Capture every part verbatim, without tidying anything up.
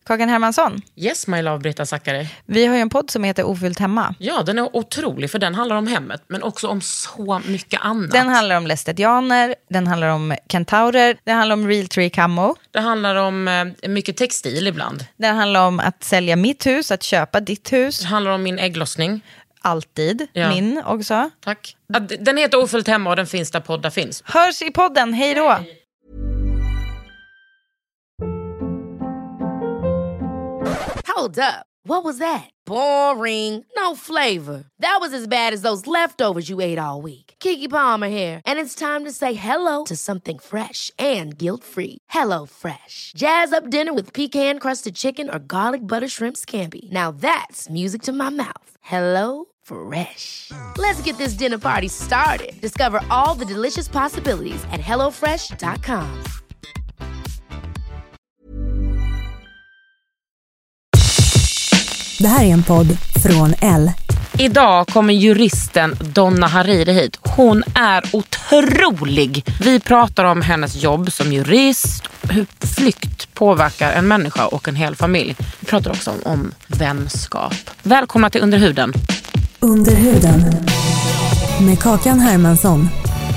Kakan Hermansson. Yes, my love, Britta Zackari. Vi har ju en podd som heter Ofyllt hemma. Ja, den är otrolig för den handlar om hemmet, men också om så mycket annat. Den handlar om lästetianer, den handlar om kentaurer, den handlar om real tree camo. Det handlar om eh, mycket textil ibland. Den handlar om att sälja mitt hus, att köpa ditt hus. Det handlar om min ägglossning. Alltid, ja. Min också. Tack. Den heter Ofyllt hemma och den finns där poddar finns. Hörs i podden, hej då! Hej. Hold up. What was that? Boring. No flavor. That was as bad as those leftovers you ate all week. Keke Palmer here, and it's time to say hello to something fresh and guilt-free. Hello Fresh. Jazz up dinner with pecan-crusted chicken or garlic butter shrimp scampi. Now that's music to my mouth. Hello Fresh. Let's get this dinner party started. Discover all the delicious possibilities at hello fresh dot com. Det här är en podd från L. Idag kommer juristen Donna Hariri hit. Hon är otrolig. Vi pratar om hennes jobb som jurist, hur flykt påverkar en människa och en hel familj. Vi pratar också om, om vänskap. Välkomna till Underhuden. Underhuden med Kakan Hermansson.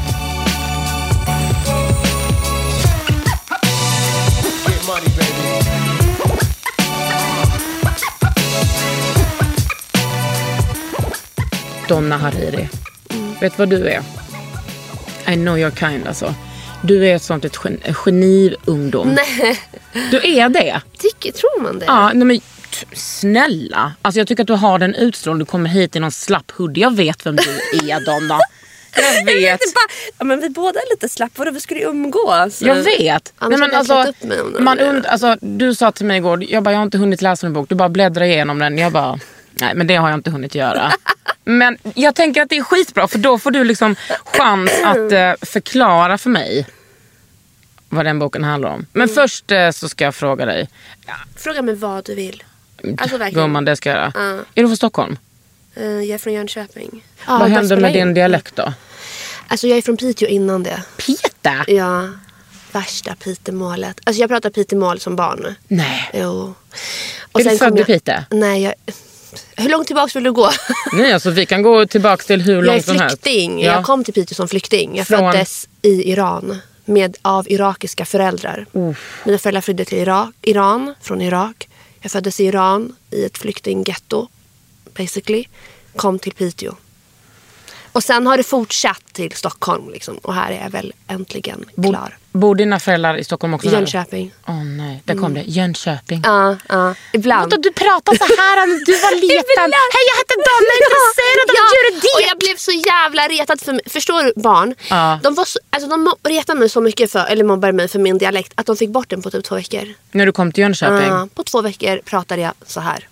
Donna Hariri. Mm. Vet vad du är? I know your kind alltså. Du är ett sånt ett gen- geni-ungdom. Nej. Du är det. Tycker, tror man det? Ja, nej men t- snälla. Alltså jag tycker att du har den utstrålning. Du kommer hit i någon slapp hoodie. Jag vet vem du är, Donna. Jag vet. Jag vet bara, ja, men vi båda är lite slapp. Vadå, vi skulle ju umgås. Jag vet. Nej, men alltså, man und- alltså, du sa till mig igår, jag bara, jag har inte hunnit läsa en bok. Du bara bläddrar igenom den. Jag bara, nej men det har jag inte hunnit göra. Men jag tänker att det är skitbra, för då får du liksom chans att eh, förklara för mig vad den boken handlar om. Men mm. först eh, så ska jag fråga dig. Ja. Fråga mig vad du vill. Alltså verkligen. Gumman, det ska jag göra. Uh. Är du från Stockholm? Uh, jag är från Jönköping. Vad ah, hände med din dialekt då? Alltså jag är från Piteå innan det. Piteå? Ja, värsta Pitemålet. Alltså jag pratade Pitemål som barn. Nej. Jo. Och är sen du född i Piteå? Nej, jag... Hur långt tillbaka vill du gå? Nej, alltså vi kan gå tillbaka till hur långt som helst. Jag är flykting. Ja. Jag kom till Piteå som flykting. Jag Från... föddes i Iran med, av irakiska föräldrar. Uh. Mina föräldrar flydde till Irak, Iran från Irak. Jag föddes i Iran i ett flyktinggetto, basically. Kom till Piteå. Och sen har det fortsatt till Stockholm liksom. Och här är jag väl äntligen klar. Bor dina föräldrar i Stockholm också? Jönköping. Åh oh, nej, där kom mm. det. Jönköping. Ja, uh, ja. Uh, ibland. Låt, du pratar så här när du var liten. Hej, jag heter Donna, jag är intresserad av ja, juridik. Och jag blev så jävla retad för mig. Förstår du, barn? Uh. De, var så, alltså, de retade mig så mycket för, eller mobbade mig för min dialekt, att de fick bort den på typ två veckor. När du kom till Jönköping? Uh, på två veckor pratade jag så här.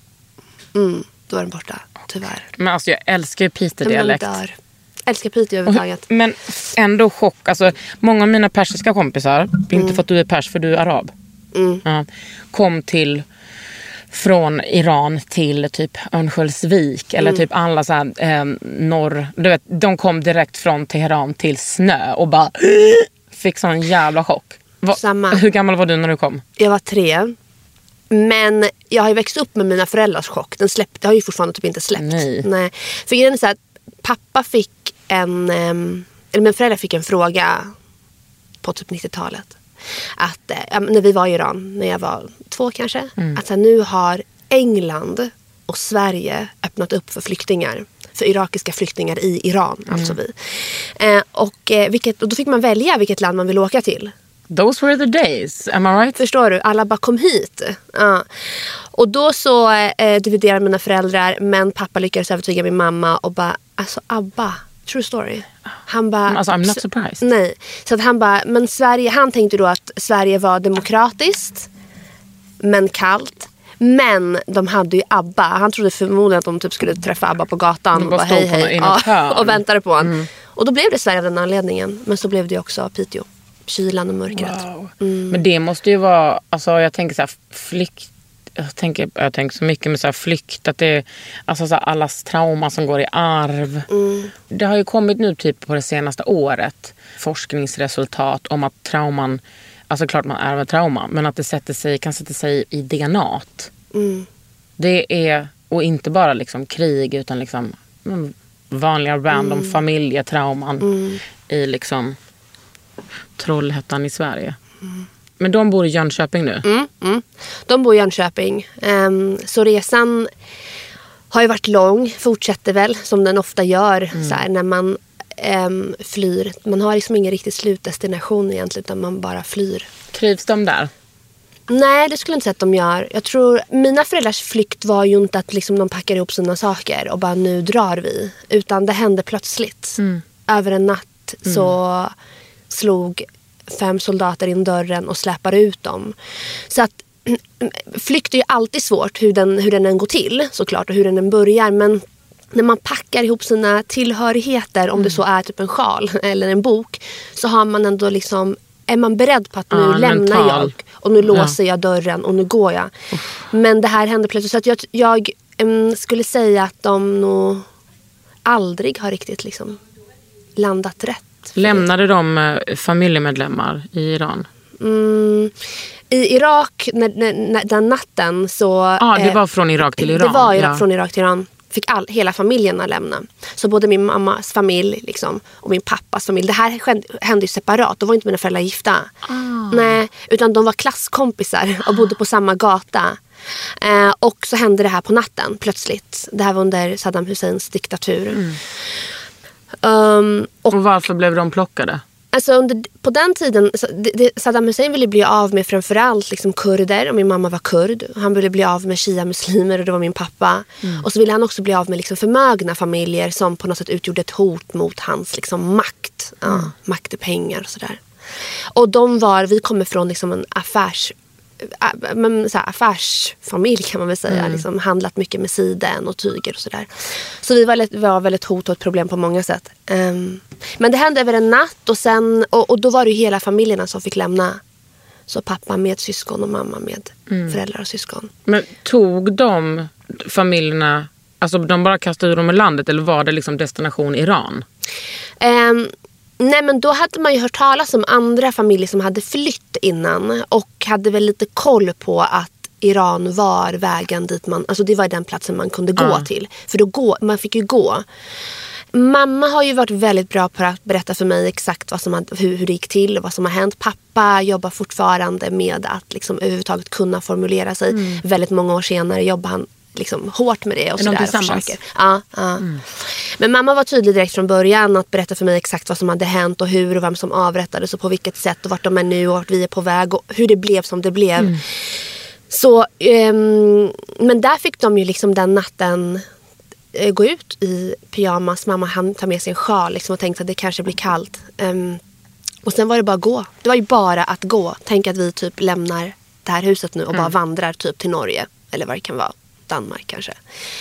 Mm, då är den borta, tyvärr. Men alltså jag älskar ju Piteå-dialekt. Jag älskar Piteå överhuvudtaget. Men ändå chock. Alltså, många av mina persiska kompisar, mm. inte för att du är pers, för du är arab, mm. uh, kom till från Iran till typ Örnsköldsvik eller mm. typ alla så här eh, norr, du vet, de kom direkt från Teheran till snö och bara fick sån jävla chock. Va, Samma. Hur gammal var du när du kom? Jag var tre. Men jag har ju växt upp med mina föräldrars chock. Den släppte, det har ju fortfarande typ inte släppt. Nej. Nej. För grejen är så här, pappa fick en, eller min föräldrar fick en fråga på typ nittiotalet. Att äh, när vi var i Iran, när jag var två kanske. Mm. Att så här, nu har England och Sverige öppnat upp för flyktingar. För irakiska flyktingar i Iran, mm. alltså vi. Eh, och, eh, vilket, och då fick man välja vilket land man vill åka till. Those were the days, am I right? Förstår du? Alla bara kom hit. Ja. Och då så eh, dividerade mina föräldrar, men pappa lyckades övertyga min mamma och bara, alltså Abba, true story. Han bara, alltså I'm not surprised. Nej, så att han bara, men Sverige, han tänkte då att Sverige var demokratiskt men kallt. Men de hade ju Abba. Han trodde förmodligen att de typ skulle träffa Abba på gatan och bara hej hej ja, och väntade på honom. Mm. Och då blev det Sverige av den anledningen. Men så blev det också Piteå. Kylan och mörkret. Wow. Mm. Men det måste ju vara, alltså jag tänker så här, flykt, jag tänker, jag tänker så mycket med så här flykt, att det är alltså så här, allas trauma som går i arv. Mm. Det har ju kommit nu typ på det senaste året forskningsresultat om att trauman alltså klart man ärver trauma, men att det sätter sig, kan sätta sig i D N A-t. Mm. Det är, och inte bara liksom krig, utan liksom mm, vanliga random mm. familjetrauman mm. i liksom Trollhättan i Sverige. Mm. Men de bor i Jönköping nu? Mm, mm. De bor i Jönköping. Um, så resan har ju varit lång, fortsätter väl som den ofta gör mm. så här, när man um, flyr. Man har liksom ingen riktigt slutdestination egentligen, utan man bara flyr. Trivs de där? Nej, det skulle jag inte säga att de gör. Jag tror, mina föräldrars flykt var ju inte att liksom de packar ihop sina saker och bara nu drar vi. Utan det hände plötsligt. Mm. Över en natt mm. så slog fem soldater in dörren och släpar ut dem. Så att flykt är ju alltid svårt hur den, hur den än går till såklart och hur den än börjar. Men när man packar ihop sina tillhörigheter, om mm. det så är typ en sjal eller en bok, så har man ändå liksom, är man beredd på att nu ja, lämnar mental. jag och nu låser ja. jag dörren och nu går jag. Uff. Men det här hände plötsligt, så att jag, jag um, skulle säga att de nog aldrig har riktigt liksom landat rätt. Lämnade de familjemedlemmar i Iran? Mm, i Irak, när, när, den natten så... Ja, ah, det var från Irak till Iran? Det var Irak, ja. från Irak till Iran. Fick all, hela familjerna lämna. Så både min mammas familj liksom, och min pappas familj. Det här hände, hände ju separat. Då var inte mina föräldrar gifta. Ah. Nej, utan de var klasskompisar och bodde på samma gata. Eh, och så hände det här på natten, plötsligt. Det här var under Saddam Husseins diktatur. Mm. Um, och, och varför blev de plockade? Alltså under, på den tiden det, det, Saddam Hussein ville bli av med framförallt liksom kurder, och min mamma var kurd. Han ville bli av med shia-muslimer och det var min pappa. Mm. Och så ville han också bli av med liksom förmögna familjer som på något sätt utgjorde ett hot mot hans liksom makt. Ja, mm. Makt och pengar och sådär. Och de var, vi kommer från liksom en affärs men så här, affärsfamilj kan man väl säga, mm. liksom, handlat mycket med siden och tyger och sådär. Så vi var, var väl ett hot och ett problem på många sätt. Um, men det hände över en natt och, sen, och, och då var det ju hela familjerna som fick lämna. Så pappa med syskon och mamma med mm. föräldrar och syskon. Men tog de familjerna, alltså de bara kastade ur dem i landet, eller var det liksom destination Iran? Um, Nej, men då hade man ju hört talas om andra familjer som hade flytt innan och hade väl lite koll på att Iran var vägen dit man, alltså det var den platsen man kunde gå mm. till. För då gå, man fick ju gå. Mamma har ju varit väldigt bra på att berätta för mig exakt vad som hade, hur, hur det gick till och vad som har hänt. Pappa jobbar fortfarande med att liksom överhuvudtaget kunna formulera sig. Mm. Väldigt många år senare jobbar han liksom hårt med det och sådär. Och ja, ja. Mm. Men mamma var tydlig direkt från början att berätta för mig exakt vad som hade hänt och hur och vem som avrättades och på vilket sätt och vart de är nu och vart vi är på väg och hur det blev som det blev. Mm. Så, um, men där fick de ju liksom den natten uh, gå ut i pyjamas. Mamma han tar med sig en sjal liksom, och tänkte att det kanske blir kallt. Um, och sen var det bara att gå. Det var ju bara att gå. Tänk att vi typ lämnar det här huset nu och mm. bara vandrar typ till Norge eller vad det kan vara. Danmark kanske.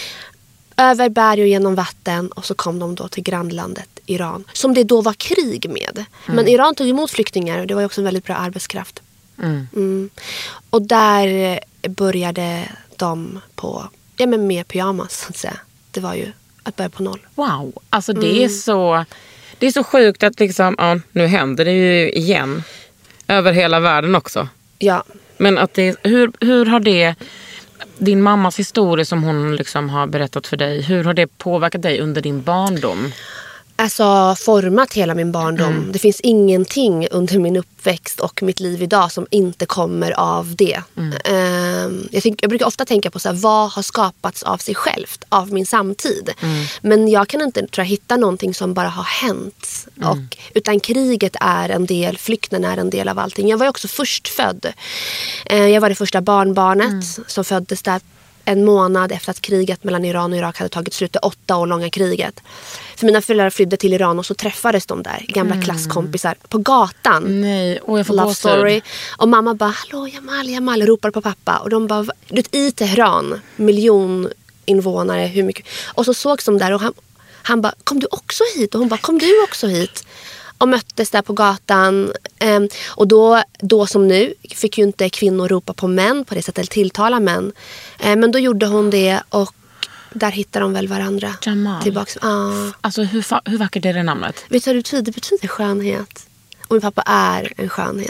Över berg och genom vatten och så kom de då till grannlandet Iran. Som det då var krig med. Mm. Men Iran tog emot flyktingar och det var ju också en väldigt bra arbetskraft. Mm. Mm. Och där började de på, ja men med pyjamas så att säga. Det var ju att börja på noll. Wow, alltså det mm. är så det är så sjukt att liksom, ja, nu händer det ju igen. Över hela världen också. Ja. Men att det, hur, hur har det din mammas historia som hon liksom har berättat för dig, hur har det påverkat dig under din barndom? Alltså format hela min barndom. Mm. Det finns ingenting under min uppväxt och mitt liv idag som inte kommer av det. Mm. Uh, jag, tänk, jag brukar ofta tänka på så här, vad har skapats av sig självt, av min samtid. Mm. Men jag kan inte tror jag, hitta någonting som bara har hänt. Mm. Och, utan kriget är en del, flykten är en del av allting. Jag var ju också förstfödd. Uh, jag var det första barnbarnet mm. som föddes där en månad efter att kriget mellan Iran och Irak hade tagit slut, det åtta år långa kriget. För mina föräldrar flydde till Iran och så träffades de där, gamla mm. klasskompisar, på gatan. Nej, och jag får Love story. Och mamma bara, hallå Jamal, Jamal, ropar på pappa. Och de bara, du vet, i Teheran, miljon invånare, hur mycket. Och så sågs de där och han, han bara, kom du också hit? Och hon bara, kom du också hit? Och möttes där på gatan. Um, och då, då som nu fick ju inte kvinnor ropa på män på det sättet, eller tilltala män. Um, men då gjorde hon det och där hittade de väl varandra. Jamal. Tillbaks. Uh. Alltså hur, hur vackert är det namnet? Vet du vad det betyder? Det betyder skönhet. Och min pappa är en skönhet.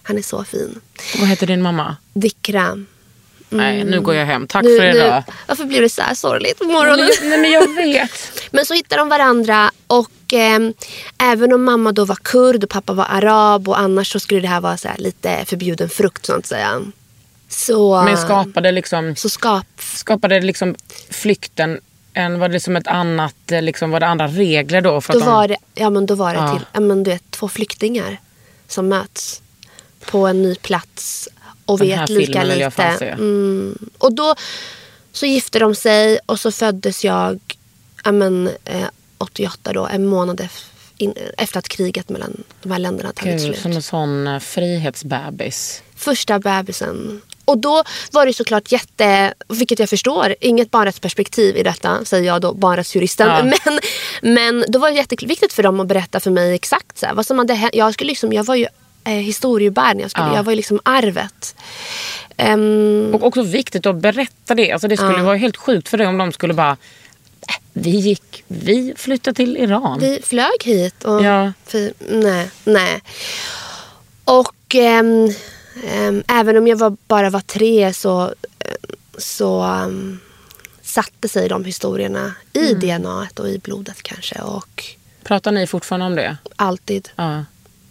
Han är så fin. Vad heter din mamma? Dikra. Mm. Nej, nu går jag hem. Tack nu, för idag. Nu, varför blir det så här sorgligt på morgonen? Nej, men jag vet. Men så hittar de varandra och eh, även om mamma då var kurd och pappa var arab och annars så skulle det här vara så här lite förbjuden frukt så att säga. Så, men skapade liksom så skap... skapade liksom flykten en, var det som ett annat liksom, var det andra regler då för då att de... var det ja men då var det ja. till ja men du vet två flyktingar som möts på en ny plats och den här vet lika vill jag lite. Mm. Och då så gifte de sig och så föddes jag ja men eh, åttioåtta då, en månad efter, in, efter att kriget mellan de här länderna tagit slut. Som en sån frihetsbebis. Första bebisen. Och då var det såklart jätte, vilket jag förstår, inget barnrättsperspektiv i detta, säger jag då, barnrättsjuristen. Ja. Men, men då var det jätteviktigt för dem att berätta för mig exakt så här, vad som hade hänt. Jag, skulle liksom, jag var ju eh, historiebärn, jag, skulle, ja. jag var ju liksom arvet. Um, och också viktigt att berätta det. Alltså det skulle ja. vara helt sjukt för dig om de skulle bara, äh, vi gick, vi flyttade till Iran. Vi flög hit. Och ja. för, nej, nej. Och... Um, Um, även om jag var, bara var tre så, så um, satte sig de historierna i mm. D N A-et och i blodet kanske. Och pratar ni fortfarande om det? Alltid. Ja.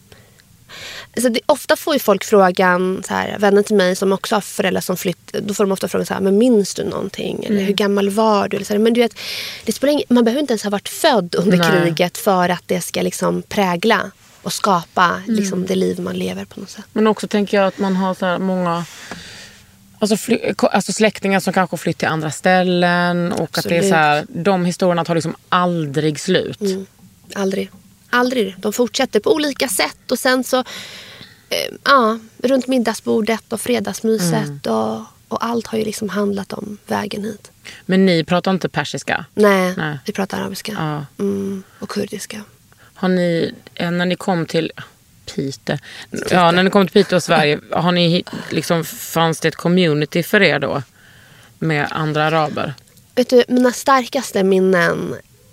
Så det, ofta får ju folk frågan, så här, vänner till mig som också har föräldrar som flytt, då får de ofta frågan så här, men minns du någonting? Eller mm. hur gammal var du? Eller så här, men du vet, det spelar ingen, man behöver inte ens ha varit född under Nej. kriget för att det ska liksom prägla och skapa mm. liksom, det liv man lever på något sätt. Men också tänker jag att man har så här många alltså, fly, alltså släktingar som kanske flytt till andra ställen. Och Absolut. Att det är så här, de historierna tar liksom aldrig slut. Mm. Aldrig. Aldrig. De fortsätter på olika sätt. Och sen så eh, ja, runt middagsbordet och fredagsmyset. Mm. Och, och allt har ju liksom handlat om vägen hit. Men ni pratar inte persiska? Nej, Nej. vi pratar arabiska. Ja. Mm, och kurdiska. Har ni, när ni kom till Piteå, ja, när ni kom till Piteå och Sverige, har ni liksom, fanns det ett community för er då med andra araber? Vet du, mina starkaste minnen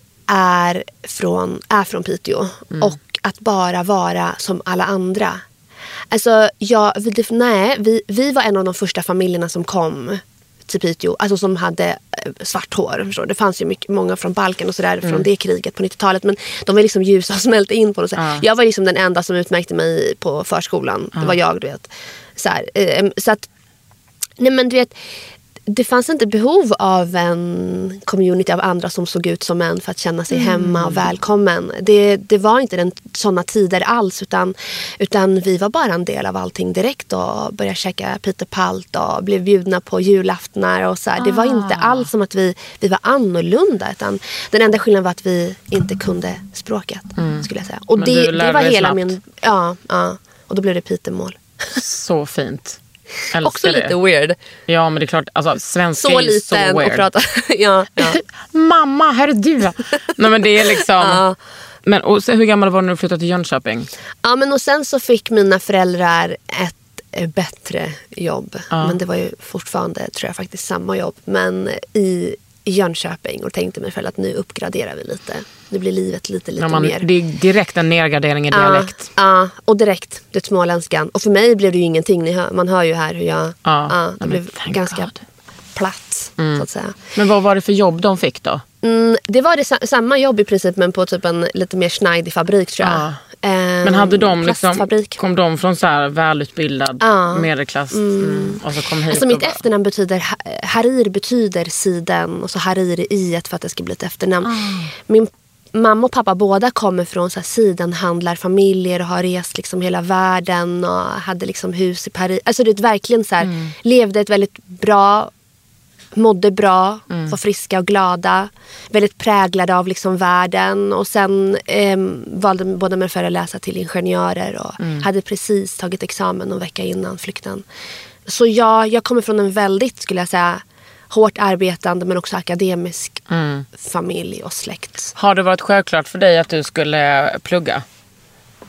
är från, är från Piteå mm. och att bara vara som alla andra. Alltså, jag, vi, nej, vi, vi var en av de första familjerna som kom till Piteå, alltså som hade svart hår. Förstår. Det fanns ju mycket, många från Balkan och sådär mm. från det kriget på nittiotalet, men de var liksom ljusa och smälte in på något sätt. Ja. Jag var liksom den enda som utmärkte mig på förskolan. Ja. Det var jag, du vet. Så, här, eh, så att, nej men du vet, det fanns inte behov av en community av andra som såg ut som en för att känna sig mm. hemma och välkommen. Det, det var inte den sådana tider alls, utan, utan vi var bara en del av allting direkt och började käka Peter Palt och blev bjudna på julaftnar och så här. Ah. Det var inte alls som att vi, vi var annorlunda, utan den enda skillnaden var att vi inte kunde språket, mm. skulle jag säga. Och det, det var hela snabbt. min... Ja, ja, och då blev det Pitemål. Så fint. Också lite det. weird. Ja, men det är klart, alltså svenska så är ju så weird. Och prata. ja, ja. Mamma, här är du. Nej, men det är liksom ja. Men och så, hur gammal var du när du flyttade till Jönköping? Ja, men och sen så fick mina föräldrar ett bättre jobb. Ja. Men det var ju fortfarande, tror jag, faktiskt samma jobb, men i i Jönköping, och tänkte mig själv att nu uppgraderar vi lite. Nu blir livet lite, lite ja, man, mer. Det är direkt en nedgradering i dialekt. Ja, ja, och direkt det småländskan. Och för mig blev det ju ingenting. Ni hör, man hör ju här hur jag... Ja, ja det blev ganska God. platt, mm. så att säga. Men vad var det för jobb de fick då? Mm, det var det samma jobb i princip, men på typ en lite mer schneidig fabrik, tror jag. Ja. Men hade de liksom, kom de från så här välutbildad ja. medelklass mm. Mm, och så kom hit? Alltså mitt bara... efternamn betyder, Harir betyder siden, och så Harir i ett för att det ska bli ett efternamn. Mm. Min mamma och pappa båda kommer från så här sidenhandlarfamiljer och har rest liksom hela världen och hade liksom hus i Paris. Alltså det är verkligen så här, mm. levde ett väldigt bra, mådde bra, mm. var friska och glada, väldigt präglade av liksom världen, och sen eh, valde båda mina föräldrar läsa till ingenjörer och mm. hade precis tagit examen en vecka innan flykten. Så jag, jag kommer från en väldigt, skulle jag säga, hårt arbetande men också akademisk mm. familj och släkt. Har det varit självklart för dig att du skulle plugga?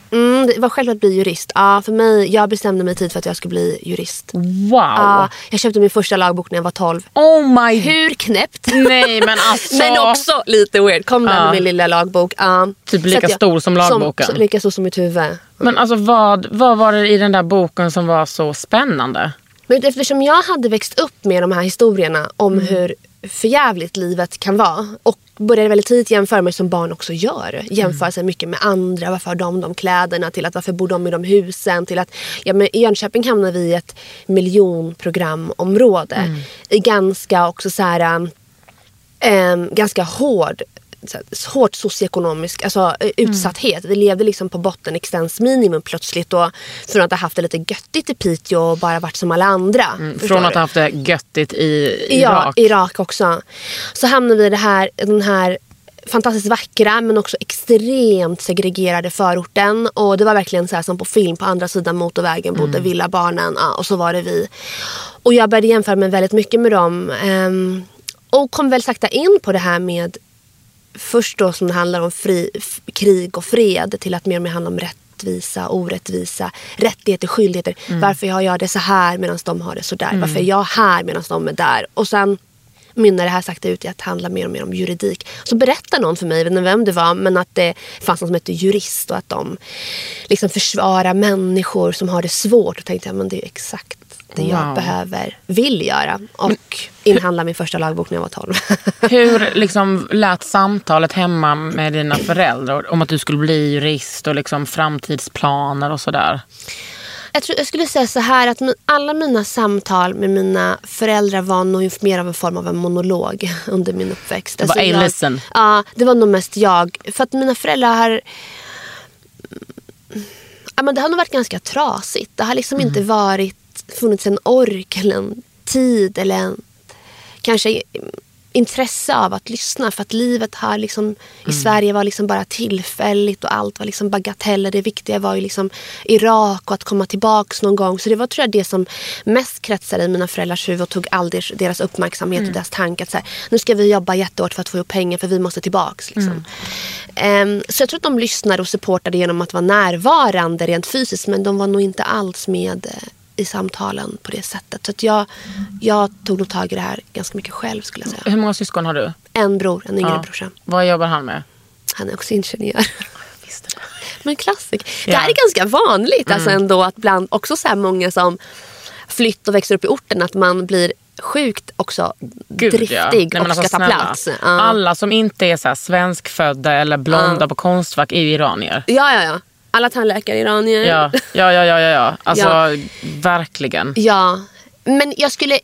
Mm, det var själv att bli jurist. Ja, för mig, jag bestämde mig tid för att jag skulle bli jurist. Wow. Ja, jag köpte min första lagbok när jag var tolv. Oh my... Hur knäppt? Nej, men alltså... Men också lite weird. Kom där Ja. med min lilla lagbok. Ja. Typ Så lika att jag- stor som lagboken. Som, så, lika stor som mitt huvud. Men alltså vad, vad var det i den där boken som var så spännande? Men eftersom jag hade växt upp med de här historierna om Mm. hur förjävligt livet kan vara och började väldigt tidigt jämföra mig som barn också gör. Jämföra sig mycket med andra. Varför har de de kläderna? Till att varför bor de i de husen? Till att ja, men i Jönköping hamnar vi i ett miljonprogramområde. Mm. I ganska också så här eh, ganska hård så här, hårt socioekonomisk alltså, utsatthet. Vi levde liksom på botten existensminimum plötsligt och från att ha haft det lite göttigt i Piteå och bara varit som alla andra. Mm, från att ha haft det göttigt i Irak. Ja, Irak också. Så hamnade vi i det här, den här fantastiskt vackra men också extremt segregerade förorten. Och det var verkligen så här som på film, på andra sidan motorvägen bodde mm. villabarnen. Ja, och så var det vi. Och jag började jämföra mig väldigt mycket med dem. Um, och kom väl sakta in på det här med först då som det handlar om fri, f- krig och fred till att mer och mer handla om rättvisa, orättvisa, rättigheter, skyldigheter. Mm. Varför har jag det så här medan de har det så där? Mm. Varför är jag här medan de är där? Och sen mynnar det här sakta ut i att handla mer och mer om juridik. Så berättar någon för mig, jag vet inte vem det var, men att det fanns någon som heter jurist och att de liksom försvarar människor som har det svårt. Och tänkte jag, men det är exakt det wow. jag behöver, vill göra. Och men, inhandla min första lagbok när jag var tolv. Hur liksom lät samtalet hemma med dina föräldrar om att du skulle bli jurist och liksom framtidsplaner och sådär? Jag, tror, jag skulle säga så här att alla mina samtal med mina föräldrar var nog mer av en form av en monolog under min uppväxt. Det var alltså, listen. Ja, det var nog mest jag. För att mina föräldrar har... Ja, men det har nog varit ganska trasigt. Det har liksom mm. inte varit funnits en ork eller en tid eller en, kanske intresse av att lyssna. För att livet har liksom, mm. i Sverige var liksom bara tillfälligt och allt var liksom bagateller. Det viktiga var ju liksom Irak och att komma tillbaks någon gång. Så det var tror jag det som mest kretsade i mina föräldrars huvud och tog all deras, deras uppmärksamhet mm. och deras tankar. Att så här, nu ska vi jobba jättehårt för att få ihop pengar för vi måste tillbaks. Liksom. Mm. Um, så jag tror att de lyssnade och supportade genom att vara närvarande rent fysiskt. Men de var nog inte alls med i samtalen på det sättet. Så att jag, jag tog nog tag i det här ganska mycket själv skulle jag säga. Hur många syskon har du? En bror, en yngre ja. brorsa. Vad jobbar han med? Han är också ingenjör. Visste det. Men klassik. Ja. Det här är ganska vanligt. Mm. Alltså ändå att bland också så här många som flytt och växer upp i orten att man blir sjukt också Gud, driftig ja. Nej, och alltså, ska ta snälla. plats. Uh. Alla som inte är så här svenskfödda eller blonda uh. på Konstfack är ju iranier. Ja, ja, ja. Alla tandläkare iranier. Ja, ja, ja, ja, ja. Alltså ja. Verkligen. Ja, men jag skulle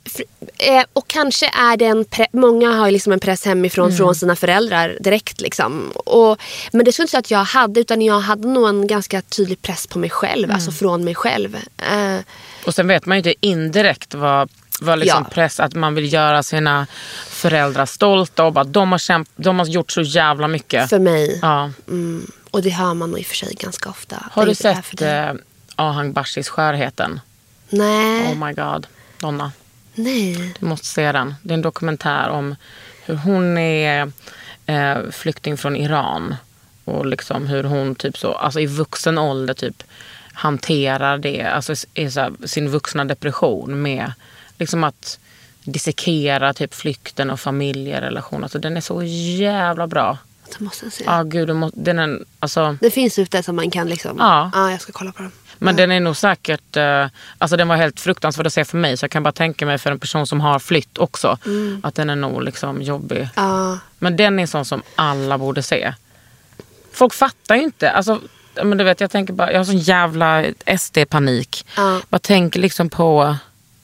och kanske är det en pre- många har ju liksom en press hemifrån mm. från sina föräldrar direkt liksom. Och men det skulle inte säga att jag hade utan jag hade nog en ganska tydlig press på mig själv, mm. alltså från mig själv. Uh, och sen vet man ju inte indirekt vad var liksom ja. press att man vill göra sina föräldrar stolta och bara de har kämp- de har gjort så jävla mycket för mig. Ja. Mm. Och det hör man nog i och för sig ganska ofta. Har du sett eh, Ahang Bashis Skärheten? Nej. Oh my god, Donna. Nej. Du måste se den. Det är en dokumentär om hur hon är eh, flykting från Iran och liksom hur hon typ så, alltså i vuxen ålder typ hanterar det, alltså i så här, sin vuxna depression med liksom att dissekera typ flykten och familjerelationer. Alltså den är så jävla bra. Det måste jag se. Ja, gud, du måste, den är, alltså... Det finns ute som man kan liksom... Ja. Ja, jag ska kolla på den. Men ja. den är nog säkert... Uh, alltså den var helt fruktansvärd att se för mig. Så jag kan bara tänka mig för en person som har flytt också. Mm. Att den är nog liksom jobbig. Ja. Men den är sån som alla borde se. Folk fattar ju inte. Alltså, men du vet, jag tänker bara... Jag har sån jävla S D-panik. Ja. Jag tänker liksom på...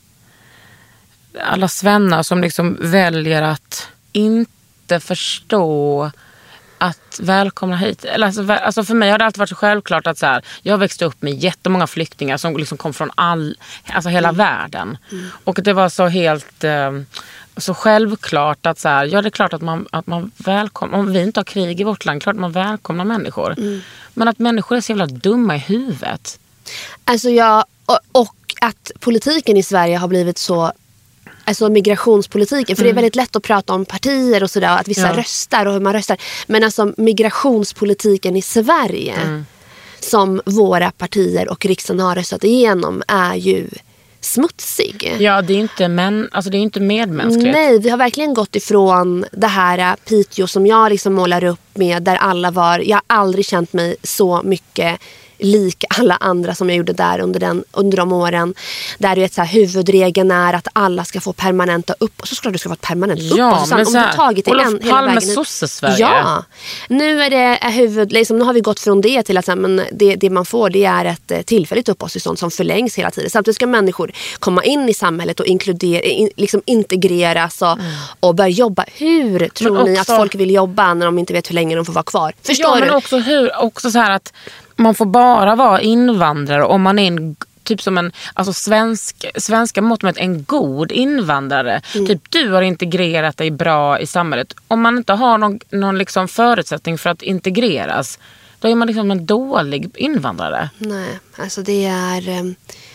alla svennar som liksom väljer att inte förstå... att välkomna hit. Alltså, alltså för mig har det alltid varit så självklart att så här, jag växte upp med jättemånga flyktingar som liksom kom från all, alltså hela mm. världen. Mm. Och det var så helt eh, så självklart att så här, ja, det är klart att man, att man välkomnar, om vi inte har krig i vårt land, klart att man välkomnar människor. Mm. Men att människor är så jävla dumma i huvudet. Alltså jag, och, och att politiken i Sverige har blivit så, alltså migrationspolitiken, för mm. det är väldigt lätt att prata om partier och sådär, att vissa ja. röstar och hur man röstar, men alltså migrationspolitiken i Sverige mm. som våra partier och riksdagen har röstat igenom är ju smutsig. Ja, det är inte, men, alltså det är inte medmänskligt. Nej, vi har verkligen gått ifrån det här Piteå som jag liksom målar upp med, där alla var, jag har aldrig känt mig så mycket lik alla andra som jag gjorde där under, den, under de åren. Där det är så här, huvudregeln är att alla ska få permanenta upp. Och så ska du ska få ett permanent upp. Ja, och så, men om så här, du tagit det Olof en, hela Palme vägen. sosse-Sverige. Ja, nu är det är huvud, liksom, nu har vi gått från det till att så här, men det, det man får det är ett eh, tillfälligt uppehållstillstånd som förlängs hela tiden. Samtidigt ska människor komma in i samhället och inkludera, in, liksom integreras och, mm. och börja jobba. Hur tror också, ni att folk vill jobba när de inte vet hur länge de får vara kvar? Förstår ja, du? Men också, hur, också så här att man får bara vara invandrare om man är en, typ som en, alltså svensk, svenska mått med en god invandrare. Mm. Typ du har integrerat dig bra i samhället. Om man inte har någon, någon liksom förutsättning för att integreras, då är man liksom en dålig invandrare. Nej, alltså det är... Um,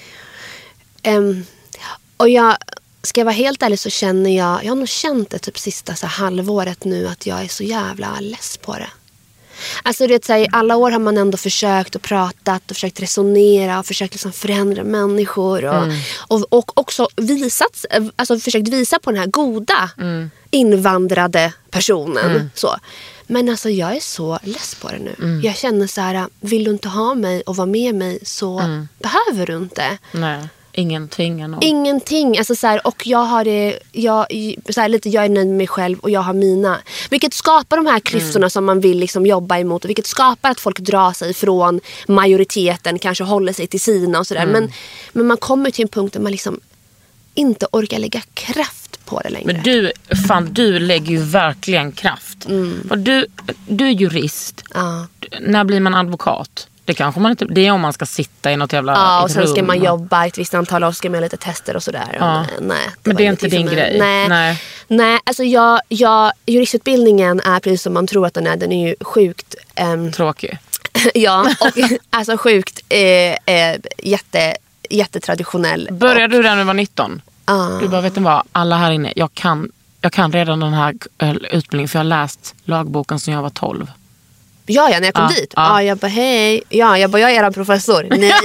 um, och jag... Ska jag vara helt ärlig så känner jag... Jag har nog känt det typ sista så halvåret nu att jag är så jävla less på det. Alltså det är så här, i alla år har man ändå försökt och pratat och försökt resonera och försökt liksom förändra människor och, mm. och, och också visat, alltså försökt visa på den här goda mm. invandrade personen. Mm. Så. Men alltså jag är så less på det nu. Mm. Jag känner så här, vill du inte ha mig och vara med mig så mm. behöver du inte. Nej. Ingen tvingar någon. Ingenting. Alltså så här, och jag har det, jag, så här, lite, jag är nöjd med mig själv och jag har mina. Vilket skapar de här klyftorna mm. som man vill liksom jobba emot. Och vilket skapar att folk drar sig från majoriteten. Kanske håller sig till sina och sådär. Mm. Men, men man kommer till en punkt där man liksom inte orkar lägga kraft på det längre. Men du, fan, du lägger ju verkligen kraft. Mm. För du, du är jurist. Ja. När blir man advokat? Det kanske man inte, det är om man ska sitta i något jävla ja, och sen rum. ska man jobba ett visst antal år, ska man göra lite tester och sådär. Ja. Och, nej, det men det är inte din grej. Nej, nej. nej alltså jag, jag, juristutbildningen är precis som man tror att den är. Den är ju sjukt... Um, tråkig. ja, och alltså sjukt eh, eh, jätte, jättetraditionell. Började och, du där när du var nitton? Uh, du bara, vet du vad, alla här inne, jag kan, jag kan redan den här utbildningen för jag har läst lagboken sedan jag var tolv. Ja, ja, när jag kom ja, dit. Ja. Ja, jag bara, hej. Ja, jag bara, jag är er professor. Nej.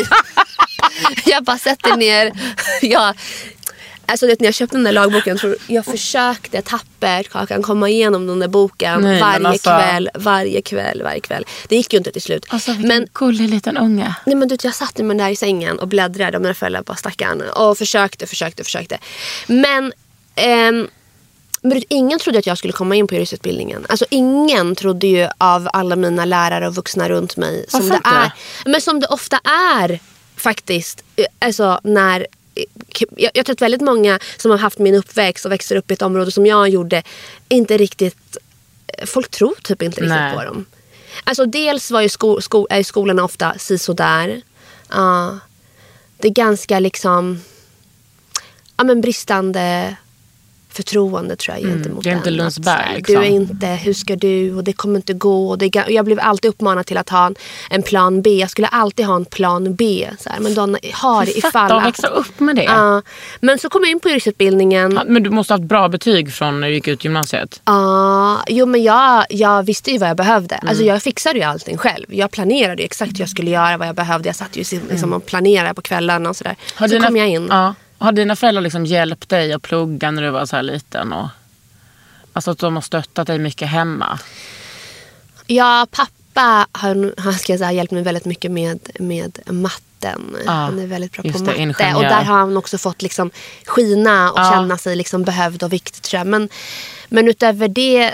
jag bara sätter ner. ja. Alltså det, när jag köpte den där lagboken, tror jag försökte tappert Kakan komma igenom den där boken. Nej, varje alltså... kväll, varje kväll, varje kväll. Det gick ju inte till slut. Alltså vilken men, gullig liten unge. Nej, men du, jag satt med den där i sängen och bläddrade om den följde på stackarn. Och försökte, försökte, försökte. Men... Ehm, Men ingen trodde att jag skulle komma in på juristutbildningen. Alltså ingen trodde ju av alla mina lärare och vuxna runt mig som Varför det är. Men som det ofta är faktiskt. Alltså när jag, jag tror att väldigt många som har haft min uppväxt och växer upp i ett område som jag gjorde inte riktigt, folk tror typ inte riktigt Nej. På dem. Alltså dels var ju sko, sko, är skolorna ofta sisådär. Uh, det är ganska liksom ja men bristande förtroende tror jag gentemot mm, det är inte Lundsberg liksom. Du är inte, hur ska du och det kommer inte gå och det, jag blev alltid uppmanad till att ha en, en plan B. Jag skulle alltid ha en plan B så här, men de har det ifall att växa upp med det. Uh, men så kom jag in på juristutbildningen. Ja, men du måste ha haft bra betyg från när du gick ut gymnasiet. Ja, uh, jo men jag, jag visste ju vad jag behövde. Mm. Alltså jag fixade ju allting själv. Jag planerade ju exakt hur jag skulle göra, vad jag behövde. Jag satt ju liksom och planerade på kvällarna och sådär. Så dina, kom jag in. Ja. Har dina föräldrar liksom hjälpt dig att plugga när du var så här liten? Och, alltså att de har stöttat dig mycket hemma? Ja, pappa har, har ska jag säga, hjälpt mig väldigt mycket med, med matten. Ah, han är väldigt bra på det, matte. Och där har han också fått liksom skina och ah. känna sig liksom behövd och viktig tror jag. Men, men utöver det,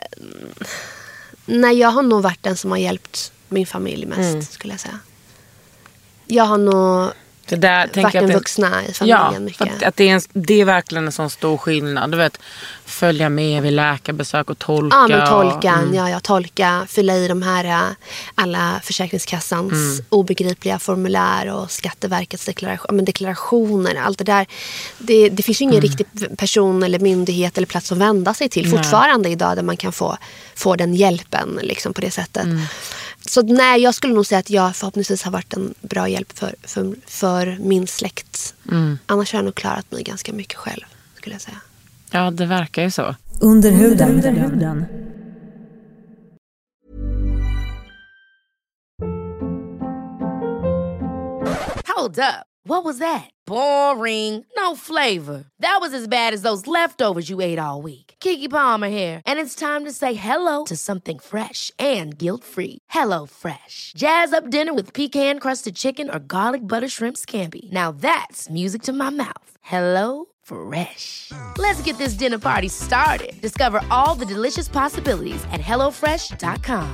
nej, jag har nog varit den som har hjälpt min familj mest mm. skulle jag säga. Jag har nog... Det där, varit en vuxna i familjen ja, mycket. För att, att det, är en, det är verkligen en sån stor skillnad. Du vet, följa med vid läkarbesök och tolka. Ja, men tolka. Och, mm. ja, ja, tolka. Fylla i de här alla Försäkringskassans mm. obegripliga formulär och Skatteverkets deklaration, men deklarationer. Allt det där. Det, det finns ju ingen mm. riktig person eller myndighet eller plats att vända sig till. Nej. Fortfarande idag där man kan få, få den hjälpen liksom, på det sättet. Mm. Så nej, jag skulle nog säga att jag förhoppningsvis har varit en bra hjälp för, för, för min släkt. Mm. Annars har jag nog klarat mig ganska mycket själv, skulle jag säga. Ja, det verkar ju så. Under huden. Under huden. Hold up. What was that? Boring. No flavor. That was as bad as those leftovers you ate all week. Keke Palmer here, and it's time to say hello to something fresh and guilt-free. Hello Fresh. Jazz up dinner with pecan-crusted chicken or garlic butter shrimp scampi. Now that's music to my mouth. Hello Fresh. Let's get this dinner party started. Discover all the delicious possibilities at hello fresh dot com.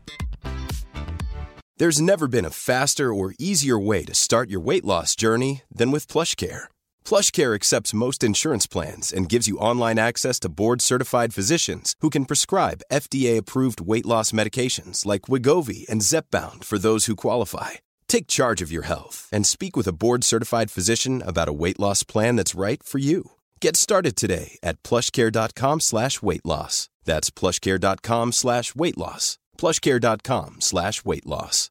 There's never been a faster or easier way to start your weight loss journey than with PlushCare. PlushCare accepts most insurance plans and gives you online access to board-certified physicians who can prescribe F D A-approved weight loss medications like Wegovy and Zepbound for those who qualify. Take charge of your health and speak with a board-certified physician about a weight loss plan that's right for you. Get started today at plushcare.com slash weight loss. That's plushcare.com slash weight loss. plushcare.com slash weight loss.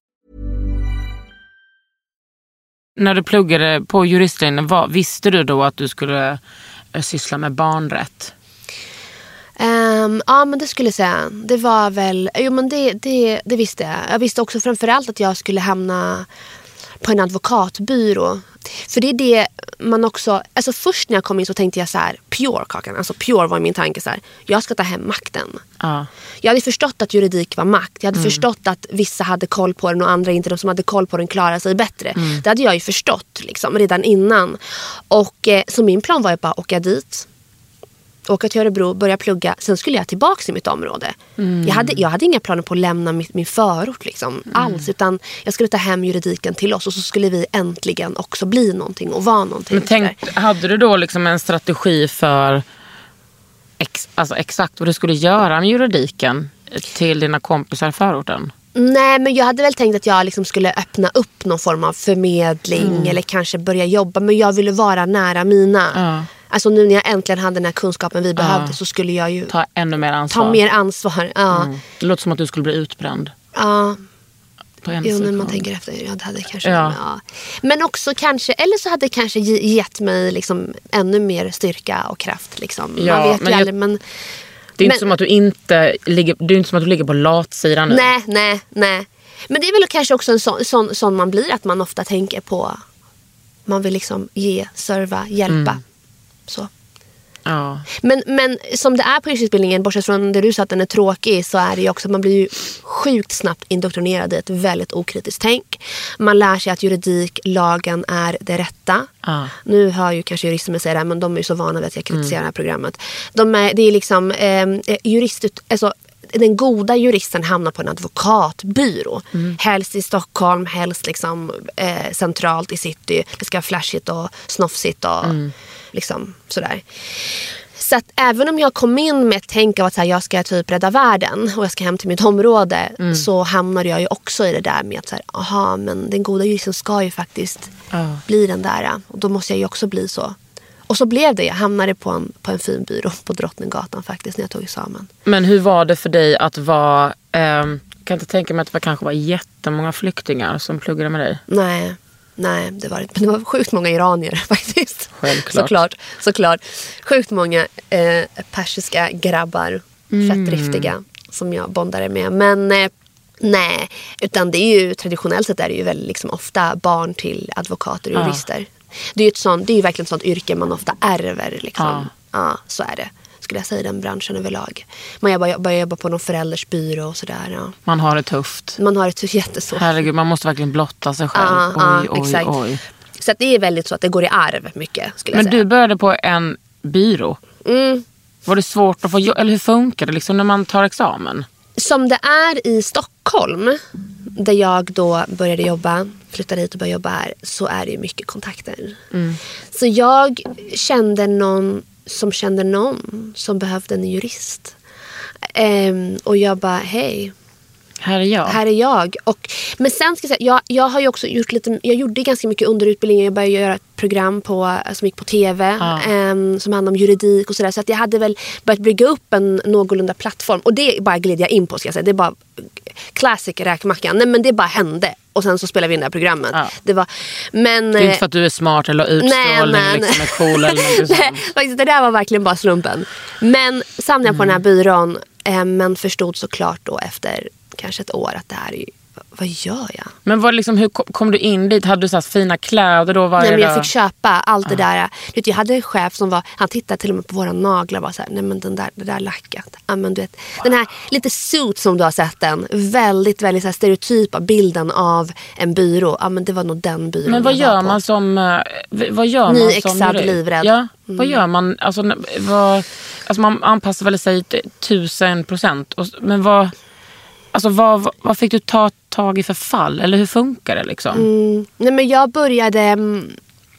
När du pluggade på juristlinjen, vad, visste du då att du skulle äh, syssla med barnrätt? Um, ja, men det skulle jag säga. Det var väl, jo men det, det, det visste jag. Jag visste också framförallt att jag skulle hamna på en advokatbyrå. För det är det man också, alltså först när jag kom in så tänkte jag så här, pure kakan, alltså pure var min tanke så här, jag ska ta hem makten. Ja. Jag hade förstått att juridik var makt. Jag hade mm. förstått att vissa hade koll på den och andra inte. De som hade koll på den klarade sig bättre. Mm. Det hade jag ju förstått liksom, redan innan. Och eh, så min plan var ju bara att åka dit. Åka till Örebro, börja plugga. Sen skulle jag tillbaka till mitt område. Mm. Jag, hade, jag hade inga planer på att lämna mitt, min förort liksom, mm. alls. Utan jag skulle ta hem juridiken till oss. Och så skulle vi äntligen också bli någonting och vara någonting. Men tänk, hade du då liksom en strategi för ex, alltså exakt vad du skulle göra med juridiken till dina kompisar i förorten? Nej, men jag hade väl tänkt att jag liksom skulle öppna upp någon form av förmedling. Mm. Eller kanske börja jobba. Men jag ville vara nära mina. Ja. Alltså nu när jag äntligen hade den här kunskapen vi behövde, ja. Så skulle jag ju ta ännu mer ansvar. Ta mer ansvar, ja. Mm. Det låter som att du skulle bli utbränd. Ja. På en jo, när man tänker efter. Ja, det hade kanske, ja. Ja. Men också kanske, eller så hade det kanske gett mig liksom ännu mer styrka och kraft. Liksom. Ja, man vet men ju jag... aldrig, men... Det är men... inte som att du inte ligger, det är inte som att du ligger på latsidan nu. Nej, nej, nej. Men det är väl kanske också en sån, sån, sån man blir, att man ofta tänker på, man vill liksom ge, serva, hjälpa. Mm. Så. Ja. Men, men som det är på yrkesutbildningen, bortsett från det du sa att den är tråkig, så är det ju också att man blir ju sjukt snabbt indoktrinerad i ett väldigt okritiskt tänk. Man lär sig att juridik, lagen är det rätta. Ja. Nu hör ju kanske jurister säga det här, men de är ju så vana vid att jag kritiserar mm. det här programmet. De är, det är liksom eh, jurist, alltså den goda juristen hamnar på en advokatbyrå. Mm. Helst i Stockholm, helst liksom eh, centralt i city. Det ska vara flashigt och snoffsigt och mm. liksom sådär. Så att även om jag kom in med ett tänk av att så här, jag ska typ rädda världen och jag ska hem till mitt område, mm. så hamnade jag ju också i det där med att så här, aha, men den goda juristen ska ju faktiskt uh. bli den där. Och då måste jag ju också bli så. Och så blev det. Jag hamnade på en, på en fin byrå på Drottninggatan faktiskt när jag tog examen. Men hur var det för dig att vara... Eh, kan inte tänka mig att det kanske var jättemånga flyktingar som pluggade med dig? Nej, nej det var det. Det var sjukt många iranier faktiskt. Självklart. Såklart, såklart. Sjukt många eh, persiska grabbar, mm. fett driftiga, som jag bondade med. Men... Eh, nej, utan det är ju traditionellt sett är det ju väl liksom ofta barn till advokater och jurister. Ja. Det är ju ett sånt, det är ju verkligen ett sånt yrke man ofta ärver liksom. Ja. Ja, så är det. Skulle jag säga den branschen överlag. Man jobbar, börjar jobba på någon förälders byrå och sådär. Ja. Man har det tufft. Man har det tufft, jättesvårt. Herregud, man måste verkligen blotta sig själv. Ja, oj, ja, oj, exakt. oj. Så att det är väldigt så att det går i arv mycket, skulle jag Men säga. du började på en byrå. Mm. Var det svårt att få jobb? Eller hur funkar det liksom när man tar examen? Som det är i Stockholm, där jag då började jobba, flyttade hit och började jobba här, så är det ju mycket kontakter. Mm. Så jag kände någon som kände någon som behövde en jurist. Ehm, och jag bara, hej. Här är jag. Här är jag. Och, men sen ska jag säga, jag, jag har ju också gjort lite, jag gjorde ganska mycket underutbildning. Jag började göra ett program på, som gick på tv, ah. um, som handlar om juridik och sådär. Så att jag hade väl börjat bygga upp en någorlunda plattform. Och det bara gled jag in på, ska jag säga. Det är bara classic räkmackan. Nej, men det bara hände. Och sen så spelade vi in det här programmet. Ah. Det var, men, det är inte för att du är smart eller utstrålning eller liksom är cool eller något sånt. Faktiskt, det där var verkligen bara slumpen. Men samlade jag på mm. den här byrån, eh, men förstod såklart då efter kanske ett år att det här är ju vad gör jag? Men vad, liksom, hur kom, kom du in dit? Hade du så här fina kläder då? Var Nej, men jag då? fick köpa allt det där. Du vet, jag hade en chef som var, han tittade till och med på våra naglar och var så här, nej men den där, det där lacket. Ja, men du vet, den här lite suit som du har sett den. Väldigt, väldigt så här, stereotypa bilden av en byrå. Ja, men det var nog den byrån. Men vad jag gör var på. man som eh, vad gör man som Nyexad, livrädd. Ja, Mm. vad gör man? Alltså, n- vad, alltså man anpassar väl sig till tusen procent. Och, men vad, alltså vad, vad, vad fick du ta tag i för fall? Eller hur funkar det liksom? Mm. Nej, men jag började... mm,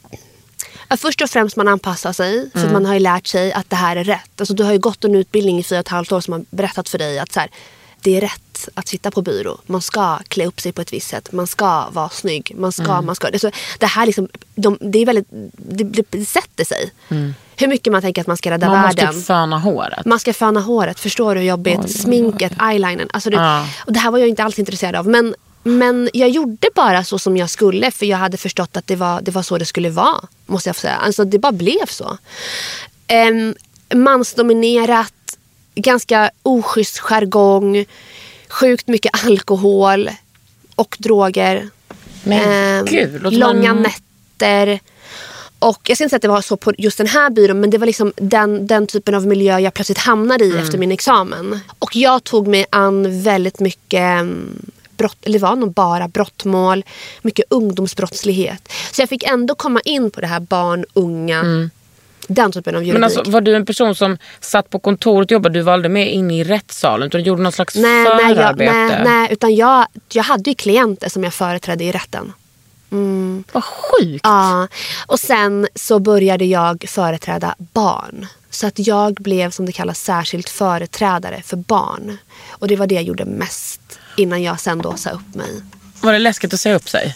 ja, först och främst man anpassar sig. För Mm. att man har ju lärt sig att det här är rätt. Alltså, du har ju gått en utbildning i fyra och ett halvt år som har berättat för dig att så här, det är rätt att sitta på byrå. Man ska klä upp sig på ett visst sätt. Man ska vara snygg. Man ska, Mm. man ska. Alltså, det här liksom, de, det är väldigt, det, det sätter sig. Mm. Hur mycket man tänker att man ska rädda Man världen. måste föna håret. Man ska föna håret, förstår du hur jobbigt? Oj, oj, oj. Sminket, eyelinern. Alltså det, Ja. och det här var jag inte alls intresserad av. Men, men jag gjorde bara så som jag skulle. För jag hade förstått att det var, det var så det skulle vara. Måste jag få säga. Alltså det bara blev så. Um, mansdominerat. Ganska oschysst jargong. Sjukt mycket alkohol. Och droger. Men Ehm, gud, låter långa man- nätter. Och jag ska inte säga att det var så på just den här byrån, men det var liksom den, den typen av miljö jag plötsligt hamnade i efter min examen. Och jag tog mig an väldigt mycket mm, brott, eller det var nog bara brottmål, mycket ungdomsbrottslighet. Så jag fick ändå komma in på det här barn, unga, den typen av juridik. Men alltså, var du en person som satt på kontoret och jobbade? Du var aldrig med in i rättssalen utan du gjorde någon slags nej, nej, jag, förarbete? nej, nej, utan jag, jag hade ju klienter som jag företrädde i rätten. Mm. Vad sjukt. Ja, och sen så började jag företräda barn. Så att jag blev, som det kallas, särskilt företrädare för barn. Och det var det jag gjorde mest innan jag sen då sa upp mig. Var det läskigt att säga upp sig?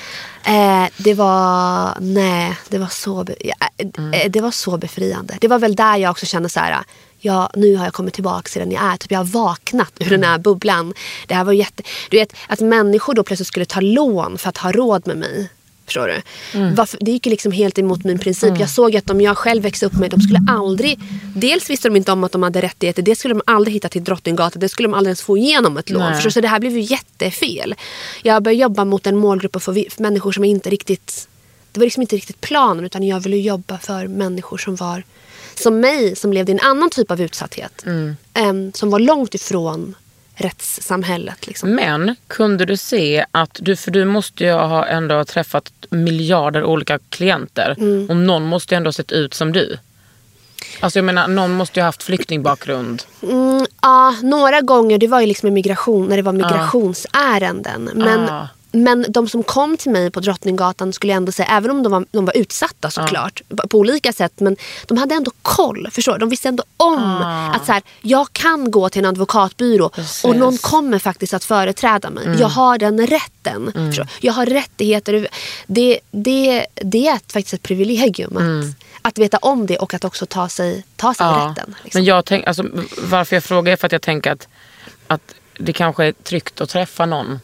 Eh, det var, nej, det var så be, ja, eh, det var så befriande. Det var väl där jag också kände så här, ja, nu har jag kommit tillbaka till den jag är. Typ jag har vaknat ur den här bubblan. Det här var jätte, du vet, att människor då plötsligt skulle ta lån för att ha råd med mig. Förstår du? Mm. Varför, det gick ju liksom helt emot min princip. Mm. Jag såg att om jag själv växte upp med, de skulle aldrig, dels visste de inte om att de hade rättigheter, det skulle de aldrig hitta till Drottninggatan, det skulle de aldrig ens få igenom ett lån. Förstår du? Så det här blev ju jättefel. Jag började jobba mot en målgrupp för, vi, för människor som inte riktigt, det var liksom inte riktigt planen, utan jag ville jobba för människor som var som mig, som levde i en annan typ av utsatthet. Mm. Um, som var långt ifrån rättssamhället. Liksom. Men kunde du se att du, för du måste ju ha ändå träffat miljarder olika klienter. Mm. Och någon måste ju ändå ha sett ut som du. Alltså jag menar, någon måste ju ha haft flyktingbakgrund. Mm, ja, några gånger, det var ju liksom en migration, när det var migrationsärenden. Men, Ah. men de som kom till mig på Drottninggatan skulle jag ändå säga, även om de var, de var utsatta såklart, ah. på olika sätt, men de hade ändå koll, förstår du? De visste ändå om ah. att så här, jag kan gå till en advokatbyrå. Precis. Och någon kommer faktiskt att företräda mig. Mm. Jag har den rätten. Mm. Jag har rättigheter. Det, det, det är faktiskt ett privilegium att, mm. att veta om det och att också ta sig, ta sig ja. rätten. Liksom. Men jag tänk, alltså, varför jag frågar är för att jag tänker att, att det kanske är tryggt att träffa någon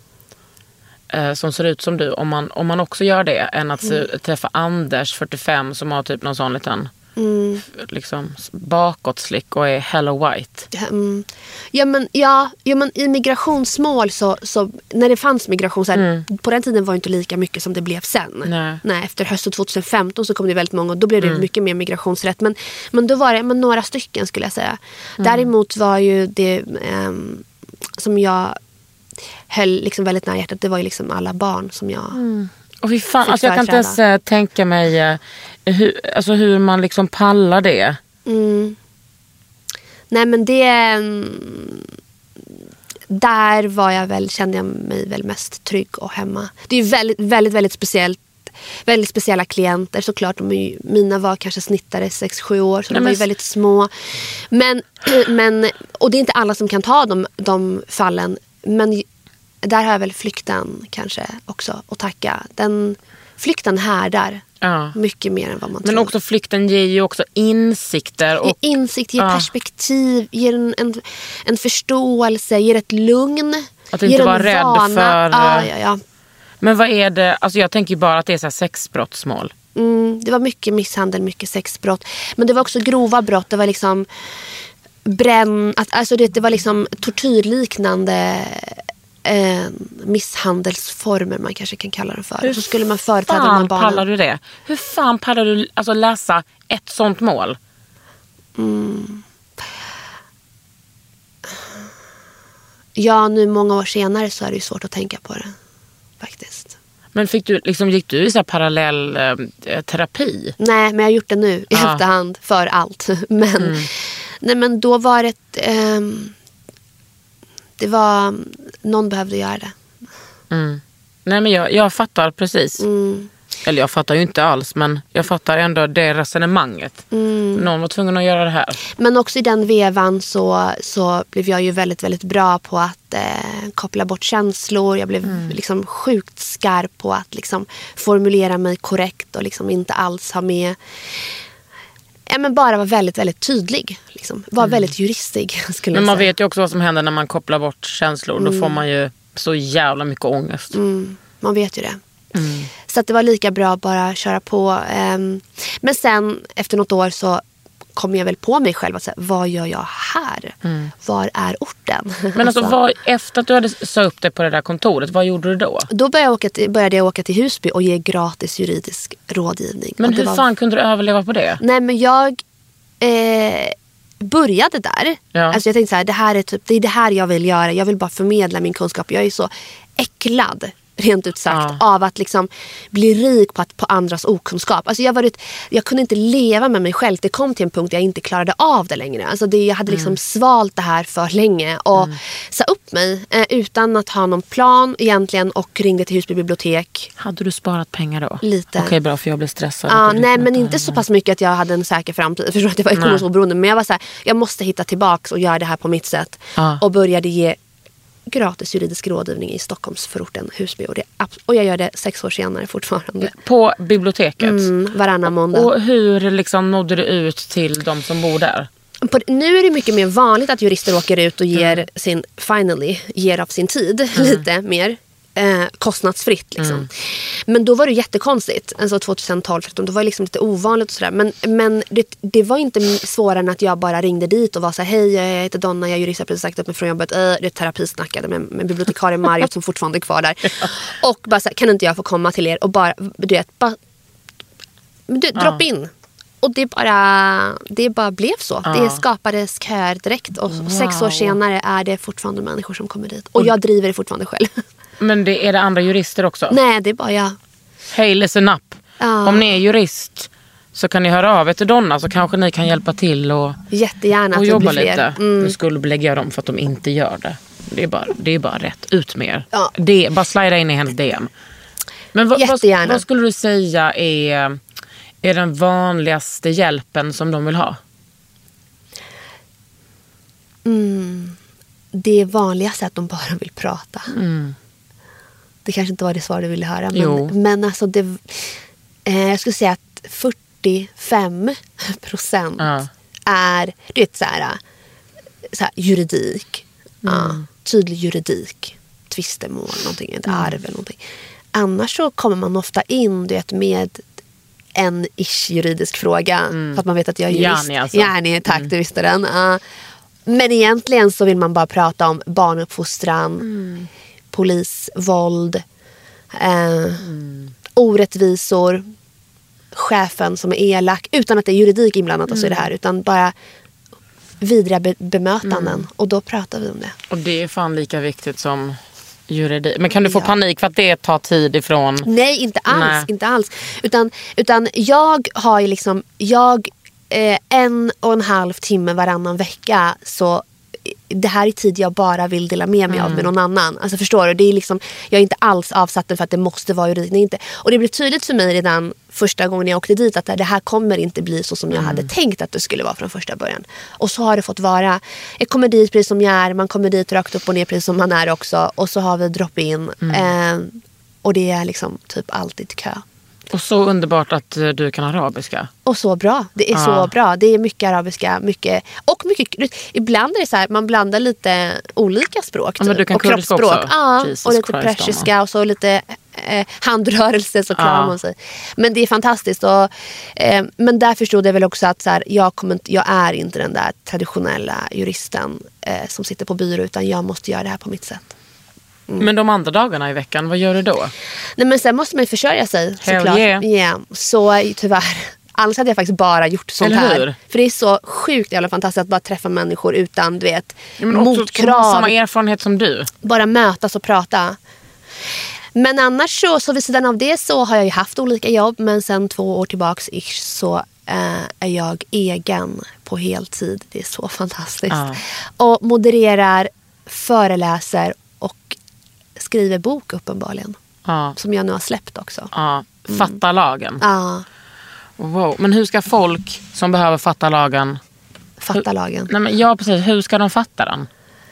eh, som ser ut som du. Om man, om man också gör det, än att mm. träffa Anders, fyrtiofem, som har typ någon sån liten mm. liksom, bakåtslick och är hello white. Mm. Ja, men, ja, ja, men i migrationsmål så, så när det fanns migration så här, mm. på den tiden var det inte lika mycket som det blev sen. Nej. Nej, efter hösten tjugohundrafemton så kom det väldigt många och då blev det mm. mycket mer migrationsrätt. Men, men då var det men några stycken skulle jag säga. Mm. Däremot var ju det um, som jag höll liksom väldigt nära hjärtat, det var ju liksom alla barn som jag mm. och fy fan, alltså jag kan inte ens äh, tänka mig äh, hur, alltså hur man liksom pallar det. Mm. Nej, men det där var jag väl, kände jag mig väl mest trygg och hemma. Det är ju väldigt, väldigt, väldigt speciellt. Väldigt speciella klienter såklart. De är ju, mina var kanske snittare sex sju år, så Nej, de var ju väldigt små. Men, men, och det är inte alla som kan ta de, de fallen. Men där har jag väl flykten kanske också att tacka. Den flykten härdar ja. mycket mer än vad man Men tror. också flykten ger ju också insikter. Och, ger insikt, ger ja. perspektiv, ger en, en, en förståelse, ger ett lugn. Att inte vara rädd vana. för... Ja, ja, ja. Men vad är det? Alltså jag tänker bara att det är så här sexbrottsmål. Mm, det var mycket misshandel, mycket sexbrott. Men det var också grova brott. Det var liksom bränn... Alltså det, det var liksom tortyrliknande eh, misshandelsformer man kanske kan kalla det för. Hur och så skulle man företräda de här fan barnen. pallar du det? Hur fan pallar du alltså läsa ett sånt mål? Mm. Ja, nu många år senare så är det ju svårt att tänka på det. Faktiskt. Men fick du, liksom, gick du i så här parallell eh, terapi? Nej, men jag har gjort det nu i Ah. efterhand för allt. Men, Mm. nej, men då var det... ehm, det var... Någon behövde göra det. Mm. Nej, men jag, jag fattar precis. Mm. Eller jag fattar ju inte alls, men jag fattar ändå det resonemanget. Mm. Någon var tvungen att göra det här. Men också i den vevan så, så blev jag ju väldigt, väldigt bra på att eh, koppla bort känslor. Jag blev Mm. liksom sjukt skarp på att liksom formulera mig korrekt och liksom inte alls ha med... Ja, men bara vara väldigt, väldigt tydlig. Liksom. Var väldigt juristig, skulle Men jag man säga. vet ju också vad som händer när man kopplar bort känslor. Då får man ju så jävla mycket ångest. Mm, man vet ju det. Mm. Så att det var lika bra att bara köra på. Ehm, men sen efter något år så kom jag väl på mig själv att säga, vad gör jag här? Var är orten? Men alltså, vad, efter att du hade sa upp dig på det där kontoret, vad gjorde du då? Då började jag, åka till, började jag åka till Husby och ge gratis juridisk rådgivning. Men Och det hur var, fan kunde du överleva på det? Nej, men jag eh, började där. Ja. Alltså jag tänkte så här, det här är typ, det är det här jag vill göra. Jag vill bara förmedla min kunskap. Jag är så äcklad, rent ut sagt, Ja. av att liksom bli rik på, att, på andras okunskap. Alltså jag, varit, jag kunde inte leva med mig själv. Det kom till en punkt där jag inte klarade av det längre. Alltså det, jag hade liksom Mm. svalt det här för länge och mm. sa upp mig eh, utan att ha någon plan egentligen och ringde till Husby bibliotek. Hade du sparat pengar då? Lite. Okej, bra, för jag blev stressad. Ja, att du nej, inte men hade inte det. så pass mycket att jag hade en säker framtid. Jag förstår att jag var ekonomiskt Nej. oberoende. Men jag var så här, jag måste hitta tillbaks och göra det här på mitt sätt. Ja. Och började ge gratis juridisk rådgivning i Stockholmsförorten Husby. Och, det, och jag gör det sex år senare fortfarande. På biblioteket? Mm, varannan måndag. Och hur liksom nådde du ut till de som bor där? På, nu är det mycket mer vanligt att jurister åker ut och ger mm. sin, finally, ger av sin tid mm. lite mer. Eh, kostnadsfritt liksom. Mm. Men då var det jättekonstigt. Alltså tjugotolv, då var det liksom lite ovanligt och sådär. Men, men det, det var inte svårare än att jag bara ringde dit och var så här, hej, jag heter Donna, jag är jurist, jag har precis sagt upp mig från jobbet. Äh, det är terapisnackade med, med bibliotekarie Marriott som fortfarande är kvar där. Ja. Och bara så här, kan inte jag få komma till er och bara, du vet, bara du, ja. drop in. Och det bara, det bara blev så. Ja. Det skapades köer direkt. Och wow. sex år senare är det fortfarande människor som kommer dit. Och jag driver det fortfarande själv. Men det, är det andra jurister också? Nej, det är bara jag. Hej, listen up. Ja. Om ni är jurist så kan ni höra av er till Donna, så kanske ni kan hjälpa till och, Jättegärna och att jobba blir lite. Mm. Nu skulle belägga dem för att de inte gör det. Det är bara, det är bara rätt. Ut med er. Ja. Det, bara slida in i hennes D M. Men vad, vad, vad skulle du säga är, är den vanligaste hjälpen som de vill ha? Mm. Det vanligaste är att de bara vill prata. Mm. Det kanske inte var det svar du ville höra. Men, men alltså det, eh, jag skulle säga att fyrtiofem procent ja. är du vet, så här, så här, juridik. Mm. Ja, tydlig juridik. Tvistemål, någonting, ett mm. arv eller någonting. Annars så kommer man ofta in du vet, med en ish juridisk fråga. Mm. För att man vet att jag är jurist. Gärna, alltså. Gärna, tack, mm. du visste den. Uh, men egentligen så vill man bara prata om barnuppfostran. Mm. Polisvåld, eh, mm. orättvisor, chefen som är elak, utan att det är juridik inblandat mm. alltså i det här, utan bara vidriga be- bemötanden. Mm. Och då pratar vi om det. Och det är fan lika viktigt som juridik. Men kan du få ja. panik för att det tar tid ifrån? Nej, inte alls. Nej. Inte alls. Utan, utan jag har ju liksom, jag eh, en och en halv timme varannan vecka så det här är tid jag bara vill dela med mig mm. av med någon annan. Alltså förstår du? Det är liksom, jag är inte alls avsatt den för att det måste vara juridik. Inte. Och det blev tydligt för mig redan första gången jag åkte dit att det här kommer inte bli så som jag mm. hade tänkt att det skulle vara från första början. Och så har det fått vara. Jag kommer dit precis som jag är. Man kommer dit rakt upp och ner precis som man är också. Och så har vi drop-in. Mm. Eh, och det är liksom typ alltid kö. Och så underbart att du kan arabiska. Och så bra. Det är ah. så bra. Det är mycket arabiska. Mycket, och mycket, ibland är det så här, man blandar lite olika språk. Ja, men du kan och kroppsspråk. Också. Ja, Jesus och lite Christ, persiska och så lite eh, handrörelse så klarar ah. man sig. Men det är fantastiskt. Och, eh, men där förstod jag väl också att så här, jag, kommer, jag är inte den där traditionella juristen eh, som sitter på byrå, utan jag måste göra det här på mitt sätt. Mm. Men de andra dagarna i veckan, vad gör du då? Nej, men sen måste man ju försörja sig. Hell såklart. yeah. Yeah. Så tyvärr. Annars hade jag faktiskt bara gjort sånt här. För det är så sjukt jävla fantastiskt att bara träffa människor utan, du vet, ja, men också motkrav. Samma erfarenhet som du. Bara mötas och prata. Men annars så, så vid sidan av det så har jag ju haft olika jobb. Men sen två år tillbaks ish, så äh, är jag egen på heltid. Det är så fantastiskt. Ah. Och modererar, föreläser och skriver bok uppenbarligen. Ah. Som jag nu har släppt också. Ah. Fatta mm. lagen. Ja. Ah. Wow. Men hur ska folk som behöver fatta lagen... Fatta hur, lagen? Nej, men ja, precis. Hur ska de fatta den?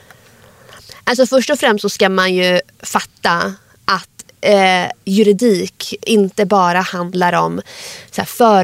Alltså först och främst så ska man ju fatta att eh, juridik inte bara handlar om så här,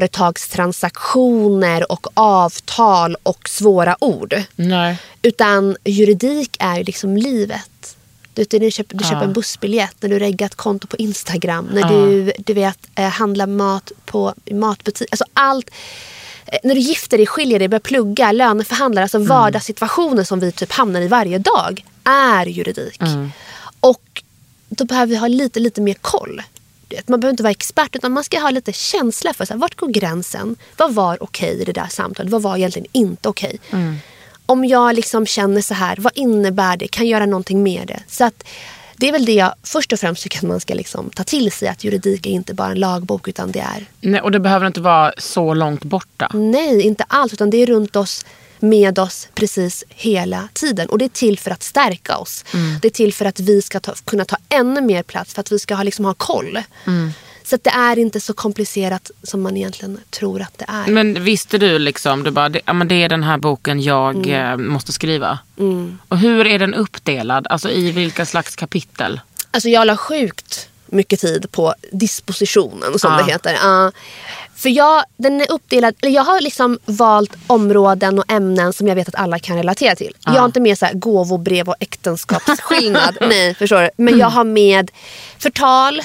företagstransaktioner och avtal och svåra ord. Nej. Utan juridik är ju liksom livet. Du, du, köper, du ja. köper en bussbiljett, när du reggar ett konto på Instagram, när ja. du, du vet, eh, handlar mat på matbutik. Alltså allt, eh, när du gifter dig, skiljer dig, börjar plugga, löneförhandlar, alltså mm. vardagssituationer som vi typ hamnar i varje dag är juridik. Mm. Och då behöver vi ha lite, lite mer koll. Man behöver inte vara expert, utan man ska ha lite känsla för så här, vart går gränsen? Vad var okej i det där samtalet? Vad var egentligen inte okej? Mm. Om jag liksom känner så här, vad innebär det? Kan jag göra någonting med det? Så att det är väl det jag först och främst tycker att man ska liksom ta till sig. Att juridik är inte bara en lagbok, utan det är... Nej, och det behöver inte vara så långt borta. Nej, inte alls. Utan det är runt oss, med oss precis hela tiden. Och det är till för att stärka oss. Mm. Det är till för att vi ska ta, kunna ta ännu mer plats. För att vi ska ha, liksom, ha koll. Mm. Så att det är inte så komplicerat som man egentligen tror att det är. Men visste du liksom, du bara, det, ja, men det är den här boken jag mm. måste skriva. Mm. Och hur är den uppdelad? Alltså i vilka slags kapitel? Alltså jag la sjukt mycket tid på dispositionen, som ah. det heter. Uh, för jag, den är uppdelad, eller jag har liksom valt områden och ämnen som jag vet att alla kan relatera till. Ah. Jag har inte med så här gåvobrev och äktenskapsskillnad. Nej, förstår du? Men jag har med förtal,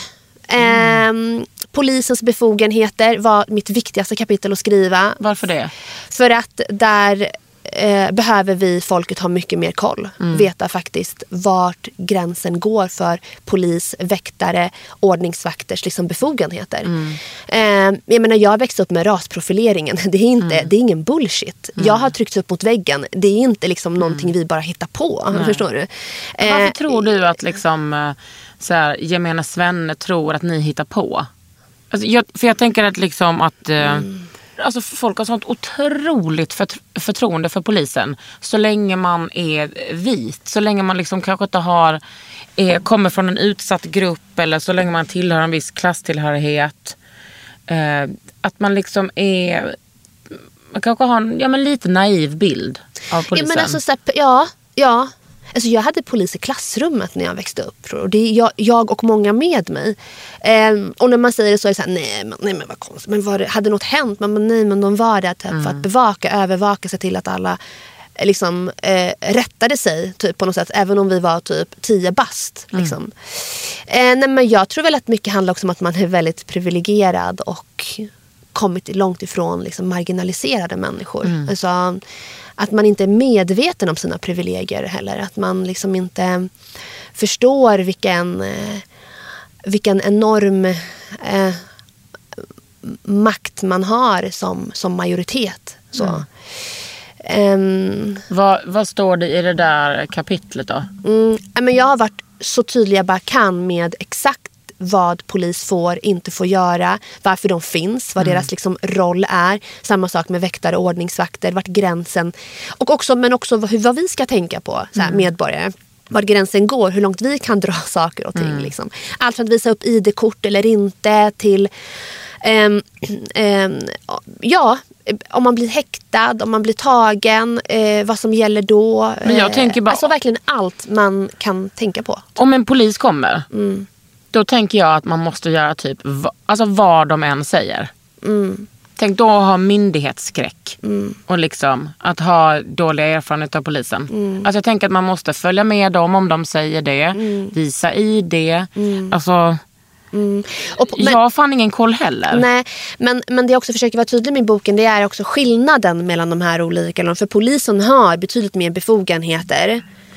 Mm. Eh, polisens befogenheter var mitt viktigaste kapitel att skriva. Väl det? För att där eh, behöver vi folket ha mycket mer koll. Mm. Veta faktiskt vart gränsen går för polis, väktare, ordningsvakters liksom befogenheter. Mm. Eh, jag menar, jag växte upp med rasprofileringen. Det är, inte, mm. det är ingen bullshit. Mm. Jag har tryckt upp mot väggen. Det är inte liksom någonting mm. vi bara hittar på. Mm. Förstår du? Eh, Varför tror du att liksom... så här, gemene Svenne tror att ni hittar på? Alltså, jag, för jag tänker att liksom att eh, mm. alltså folk har sånt otroligt för, förtroende för polisen så länge man är vit, så länge man liksom kanske inte har eh, kommer från en utsatt grupp, eller så länge man tillhör en viss klasstillhörighet, eh, att man liksom är, man kanske har en ja, men lite naiv bild av polisen. Ja, men alltså, så här, ja, ja. Alltså jag hade polis i klassrummet när jag växte upp. Och det är jag, jag och många med mig. Ehm, och när man säger det så är det så här, nej men, nej, men vad konstigt. Men var det, hade något hänt? Men, nej, men de var där typ, mm. för att bevaka, övervaka, se till att alla liksom, eh, rättade sig typ, på något sätt. Även om vi var typ tio bast. Liksom. Mm. Ehm, nej, men jag tror väl att mycket handlar också om att man är väldigt privilegierad och kommit långt ifrån liksom, marginaliserade människor. Mm. Alltså... Att man inte är medveten om sina privilegier heller. Att man liksom inte förstår vilken, eh, vilken enorm eh, makt man har som, som majoritet. Så. Mm. Um, vad, vad står det i det där kapitlet då? Mm, men jag har varit så tydlig jag bara kan med exakt vad polis får, inte får göra, varför de finns, vad mm. deras liksom roll är. Samma sak med väktare och ordningsvakter, vart gränsen, och också, men också hur, vad vi ska tänka på så här, mm. medborgare. Var gränsen går, hur långt vi kan dra saker och ting. Mm. Liksom. Allt från att visa upp I D-kort eller inte till um, um, ja, om man blir häktad, om man blir tagen, eh, vad som gäller då. Men jag tänker bara, alltså verkligen allt man kan tänka på. Om en polis kommer, mm. då tänker jag att man måste göra typ alltså vad de än säger. Mm. Tänk då att ha myndighetsskräck. Mm. Och liksom att ha dåliga erfarenheter av polisen. Mm. Alltså jag tänker att man måste följa med dem om de säger det. Mm. Visa I D. Mm. Alltså... Mm. Och, men, jag har fan ingen koll heller. Nej, men, men det jag också försöker vara tydlig med i boken, det är också skillnaden mellan de här olika. För polisen har betydligt mer befogenheter.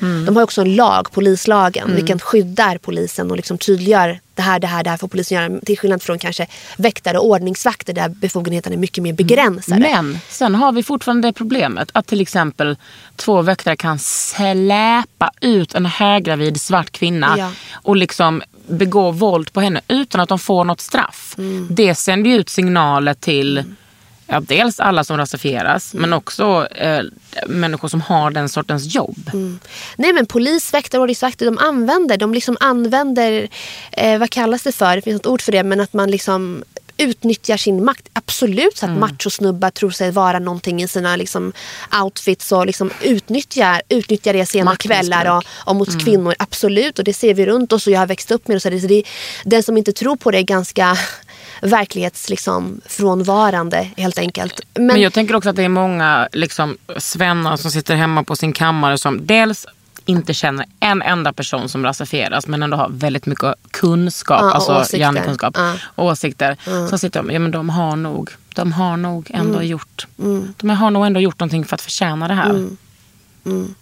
Mm. De har också en lag, polislagen, mm. vilken skyddar polisen och liksom tydliggör det här, det här, det här får polisen göra. Till skillnad från kanske väktare och ordningsvakter där befogenheterna är mycket mer begränsade. Men sen har vi fortfarande det problemet att till exempel två väktare kan släpa ut en höggravid svart kvinna ja. och liksom begå våld på henne utan att de får något straff. Mm. Det sänder ju ut signaler till mm. ja, dels alla som rasifieras mm. men också eh, människor som har den sortens jobb. Mm. Nej, men polis, väktare och ordningsvakter, de använder, de liksom använder eh, vad kallas det för? Det finns ett ord för det, men att man liksom utnyttjar sin makt. Absolut så att mm. machosnubbar tror sig vara någonting i sina liksom outfits och liksom utnyttjar, utnyttjar det sena kvällar och, och mot mm. kvinnor. Absolut, och det ser vi runt oss och jag har växt upp med det. Så det, så det den som inte tror på det är ganska verklighets liksom frånvarande helt enkelt. Men, Men jag tänker också att det är många liksom svennar som sitter hemma på sin kammare som dels inte känner en enda person som rasifieras men ändå har väldigt mycket kunskap, ja, alltså hjärnkunskap, ja. åsikter. Ja. Så sitter de, ja men de har nog, de har nog ändå mm. gjort, mm. de har nog ändå gjort någonting för att förtjäna det här. Mm. Mm.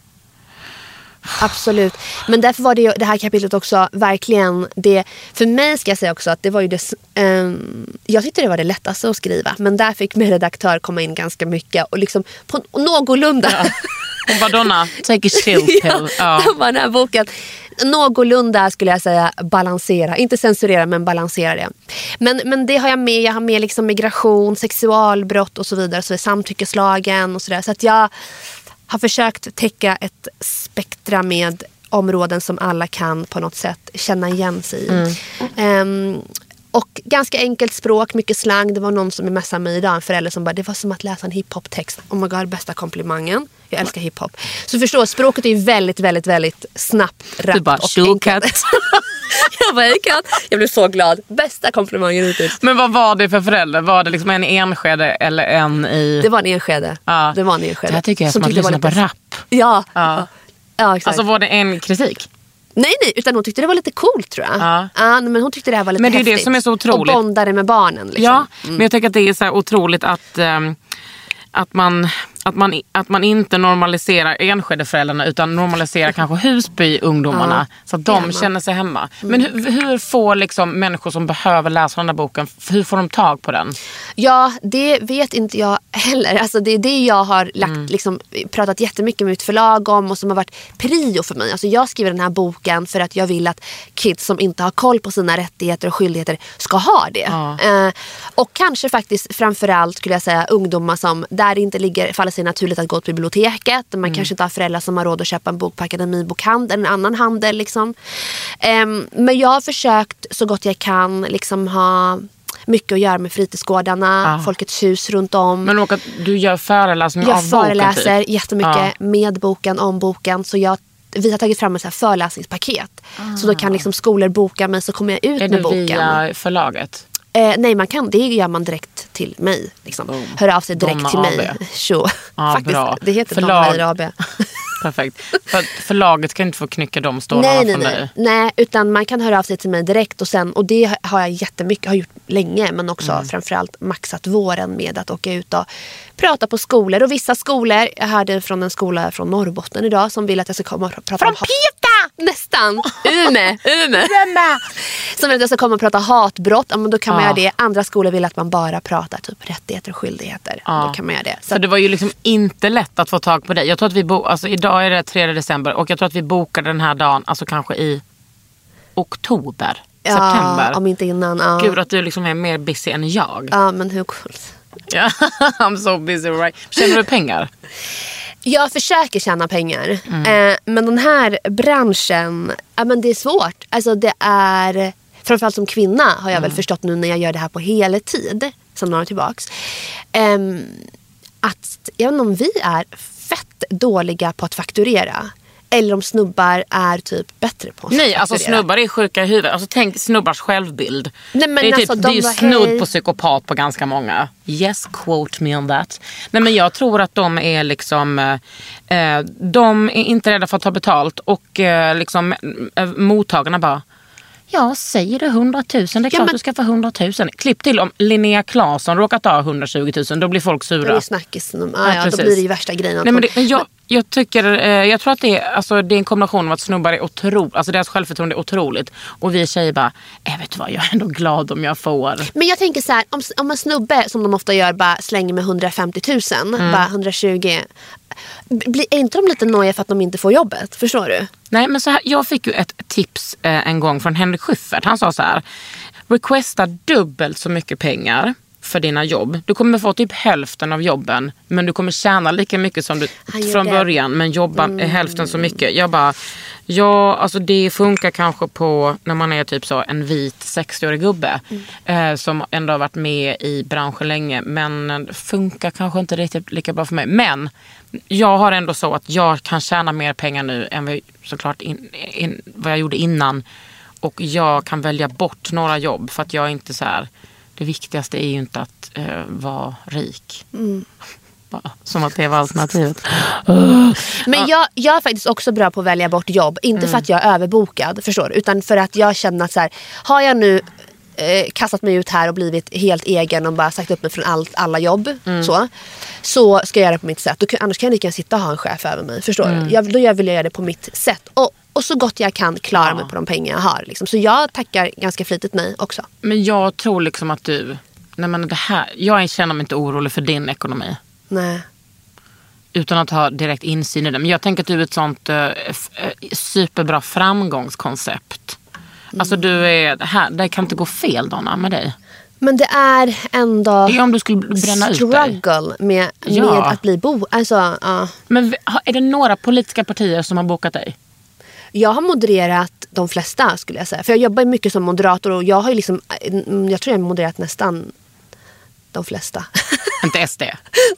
Absolut. Men därför var det, det här kapitlet också verkligen det, för mig ska jag säga också att det var ju det, um, jag tyckte det var det lättaste att skriva, men där fick min redaktör komma in ganska mycket och liksom på någorlunda ja. Och Madonna, take a chill pill. ja, ja. Det var den här boken någorlunda skulle jag säga balansera, inte censurera men balansera det. Men, men det har jag med, jag har med liksom migration, sexualbrott och så vidare, så är samtyckeslagen och sådär, så att jag har försökt täcka ett spektra med områden som alla kan på något sätt känna igen sig i. Mm. Um, och ganska enkelt språk, mycket slang. Det var någon som messade mig idag, en förälder som bara, det var som att läsa en hiphop-text. Oh my god, bästa komplimangen. Jag älskar hiphop. Så förstå, språket är ju väldigt, väldigt, väldigt snabbt, rappt du bara, och enkelt. jag bara, jag, jag blev så glad. Bästa komplimangen hittills. Men vad var det för förälder? Var det liksom en Enskede eller en i... Det var en Enskede. Ja. Det var en Enskede. Det här tycker jag är som, som att lyssna lite... på rap. Ja, ja. ja exakt. Alltså var det en kritik? Nej, nej, utan hon tyckte det var lite coolt tror jag. Ja. Ja, men hon tyckte det här var lite men det är häftigt. Det som är så otroligt. Och bondade med barnen. Liksom. Ja, mm. men jag tycker att det är så här otroligt att, um, att, man, att, man, att man inte normaliserar Enskedeföräldrarna utan normaliserar kanske Husby-ungdomarna ja. Så att de hemma. Känner sig hemma. Mm. Men hur, hur får liksom människor som behöver läsa den här boken, hur får de tag på den? Ja, det vet inte jag heller. Alltså det är det jag har lagt, mm. liksom, pratat jättemycket med mitt förlag om och som har varit prio för mig. Alltså jag skriver den här boken för att jag vill att kids som inte har koll på sina rättigheter och skyldigheter ska ha det. Ja. Eh, och kanske faktiskt framförallt skulle jag säga ungdomar som där det inte ligger, faller sig naturligt att gå till biblioteket. Man mm. kanske inte har föräldrar som har råd att köpa en bok på Akademibokhandel, en annan handel liksom. Eh, men jag har försökt så gott jag kan liksom ha mycket att göra med fritidsgårdarna, ja. Folkets hus runt om. Men åka, du gör föreläsningar av boken? Jag föreläser typ. jättemycket ja. Med boken, om boken. Så jag, vi har tagit fram ett så här föreläsningspaket. Ah. Så då kan liksom skolor boka mig så kommer jag ut är med boken. Är det via förlaget? Eh, nej, man kan, det gör man direkt till mig. Liksom. Oh. Hör av sig direkt Donna till mig. A B. Sure. Ah, Faktiskt, bra. det heter Förlag... Donna A B. Perfekt. För förlaget kan inte få knycka de stålarna nej, nej, från nej. dig. Nej, utan man kan höra av sig till mig direkt och sen, och det har jag jättemycket, har gjort länge, men också mm. framförallt maxat våren med att åka ut och prata på skolor. Och vissa skolor, jag hörde från en skola från Norrbotten idag som vill att jag ska komma och prata från om Pita! Nästan. Ume, Ume. Som vill att jag ska komma och prata hatbrott. Ja, men då kan man ja. Göra det. Andra skolor vill att man bara pratar typ rättigheter och skyldigheter. Ja. Då kan man göra det. Så för det var ju liksom inte lätt att få tag på dig. Jag tror att vi bo- alltså idag är det tredje december och jag tror att vi bokade den här dagen alltså kanske i oktober, ja, september. Om inte innan. Ja. Gud att du liksom är mer busy än jag. Ja, men hur coolt. Ja, I'm so busy right. Tjänar du pengar? Jag försöker tjäna pengar. Mm. Eh, men den här branschen, ja, men det är svårt. Alltså det är, framförallt som kvinna har jag mm. väl förstått nu när jag gör det här på heltid, som några tillbaks. Eh, att jag vet inte om vi är fett dåliga på att fakturera. Eller om snubbar är typ bättre på att nej, alltså snubbar är sjuka i huvudet. Alltså tänk snubbars självbild. Nej, men det är, alltså, typ, de det är ju var, snudd hej. På psykopat på ganska många. Yes, quote me on that. Nej, men jag tror att de är liksom eh, de är inte rädda för att ta betalt. Och eh, liksom eh, mottagarna bara, ja, säger det hundratusen. Det är klart ja, men... du ska få hundratusen. Klipp till om Linnea Claesson råkat ta hundratjugotusen. Då blir folk sura. Det är snackis. Ah, ja, ja, då blir det ju värsta grejen. Nej, men det, men jag, Jag tycker, eh, jag tror att det är, alltså, det är en kombination av att snubbar är otroligt, alltså deras självförtroende är otroligt. Och vi tjejer bara, äh, vet du vad, jag är ändå glad om jag får. Men jag tänker så här, om, om en snubbe som de ofta gör bara slänger med hundrafemtio tusen, mm. bara hundratjugo. Blir inte de lite nojiga för att de inte får jobbet? Förstår du? Nej, men så här, jag fick ju ett tips eh, en gång från Henrik Schyffert. Han sa så här, requesta dubbelt så mycket pengar för dina jobb. Du kommer få typ hälften av jobben, men du kommer tjäna lika mycket som du från början, men jobba mm. hälften så mycket. Jag bara, ja, alltså det funkar kanske på när man är typ så en vit sextioårig gubbe mm. eh, som ändå har varit med i branschen länge, men det funkar kanske inte riktigt lika bra för mig. Men jag har ändå så att jag kan tjäna mer pengar nu än vad, såklart in, in, vad jag gjorde innan, och jag kan välja bort några jobb för att jag är inte så här. Det viktigaste är ju inte att uh, vara rik. Mm. Som att det var alternativet. Uh. Men jag, jag är faktiskt också bra på att välja bort jobb. Inte mm. för att jag är överbokad, förstår du? Utan för att jag känner att så här, har jag nu eh, kastat mig ut här och blivit helt egen och bara sagt upp mig från allt, alla jobb, mm. så, så ska jag göra det på mitt sätt. Då, annars kan jag lika gärna sitta och ha en chef över mig, förstår mm. du? Jag, då vill jag göra det på mitt sätt. Och Och så gott jag kan klara ja. mig på de pengar jag har. Liksom. Så jag tackar ganska flitigt nej också. Men jag tror liksom att du... Nej, men det här, jag känner mig inte orolig för din ekonomi. Nej. Utan att ha direkt insyn i det. Men jag tänker att du är ett sånt uh, f- superbra framgångskoncept. Mm. Alltså du är... Här, det kan inte gå fel, Donna, med dig. Men det är ändå... Det är om du skulle bränna ut dig. Struggle med, ja. med att bli bo... Alltså, uh. Men är det några politiska partier som har bokat dig? Jag har modererat de flesta, skulle jag säga. För jag jobbar mycket som moderator och jag har ju liksom, jag tror jag har modererat nästan de flesta. Inte S D?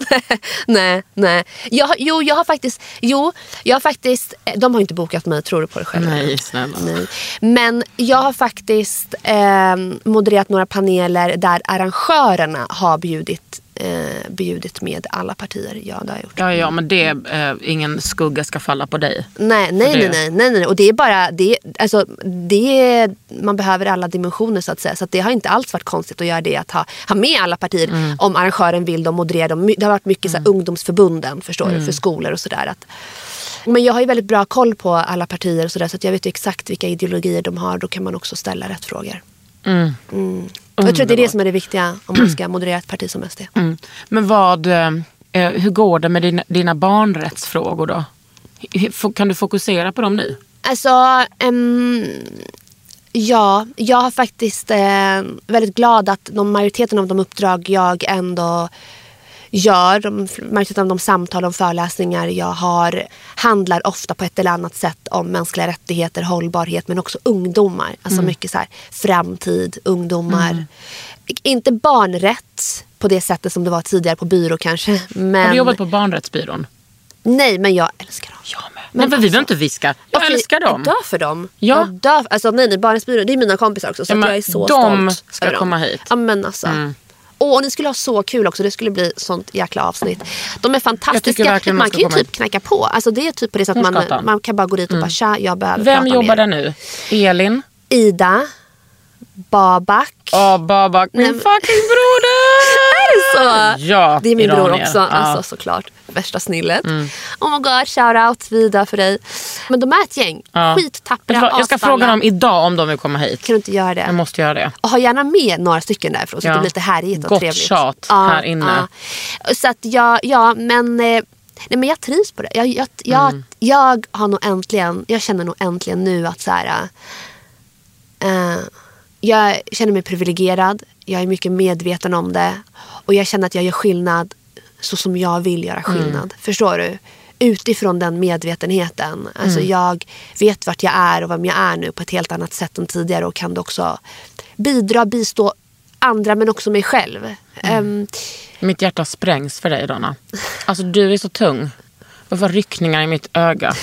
nej, nej. Jag, jo, jag har faktiskt, jo, jag har faktiskt, de har inte bokat mig, tror du på det själv? Nej, snälla. Nej. Men jag har faktiskt eh, modererat några paneler där arrangörerna har bjudit Eh, bjudit med alla partier. Ja, det har jag gjort. Ja, ja, men det eh, ingen skugga ska falla på dig. Nej, nej, nej, nej, nej, nej. Och det är bara det, alltså, det är, man behöver alla dimensioner så att säga. Så att det har inte alls varit konstigt att göra det, att ha, ha med alla partier mm. om arrangören vill dem moderera dem. Det har varit mycket mm. så här, ungdomsförbunden, förstår mm. du, för skolor och sådär. Att, men jag har ju väldigt bra koll på alla partier och sådär, så att jag vet ju exakt vilka ideologier de har. Då kan man också ställa rätt frågor. Mm. Mm. Jag tror att det är det som är det viktiga om man ska moderera ett parti som S D. Mm. Men vad, eh, hur går det med dina, dina barnrättsfrågor då? Kan du fokusera på dem nu? Alltså, um, ja, jag har faktiskt eh, väldigt glad att de majoriteten av de uppdrag jag ändå gör, de, majoriteten av de samtal och föreläsningar jag har handlar ofta på ett eller annat sätt om mänskliga rättigheter, hållbarhet, men också ungdomar. Alltså mm. mycket så här framtid, ungdomar. Mm. Inte barnrätt på det sättet som det var tidigare på byrå kanske. Men... Har du jobbat på barnrättsbyrån? Nej, men jag älskar dem. Jag med. Men, men alltså, vi vill inte viska. Jag okay, älskar dem. Jag dör för dem. Ja. Jag dör, alltså nej, nej, barnrättsbyrån, det är mina kompisar också. Så ja, jag är så de stolt. De ska komma hit. Ja, men alltså... Mm. Och ni skulle ha så kul också. Det skulle bli sånt jäkla avsnitt. De är fantastiska. Man, man kan ju typ knacka på. Alltså det är typ på det sättet att man, man kan bara gå dit och mm. bara tja, jag behöver Vem prata jobbar med där nu? Elin? Ida. Babak. Åh, oh, Babak. Min Nej, fucking broder! Är det så? Ja, det är min iranier. bror också. Ja. Alltså såklart. Värsta snillet. Mm. Oh my god, shout out Vida för dig. Men de är ett gäng. Ja. Skittappra. Jag, jag ska fråga dem idag om de vill komma hit. Kan du inte göra det? Jag måste göra det. Och ha gärna med några stycken därifrån. Så ja. det blir lite härligt och Gott trevligt. Gott ja, här inne. Ja. Så att ja, ja men... Eh, nej, men jag trivs på det. Jag, jag, jag, mm. jag har nog äntligen... Jag känner nog äntligen nu att så här... Uh, jag känner mig privilegierad. Jag är mycket medveten om det. Och jag känner att jag gör skillnad så som jag vill göra skillnad. Mm. Förstår du? Utifrån den medvetenheten. Alltså mm. jag vet vart jag är och vem jag är nu på ett helt annat sätt än tidigare. Och kan då också bidra, bistå andra men också mig själv. Mm. Um, Mitt hjärta sprängs för dig, Donna. Alltså du är så tung. Och var ryckningar i mitt öga.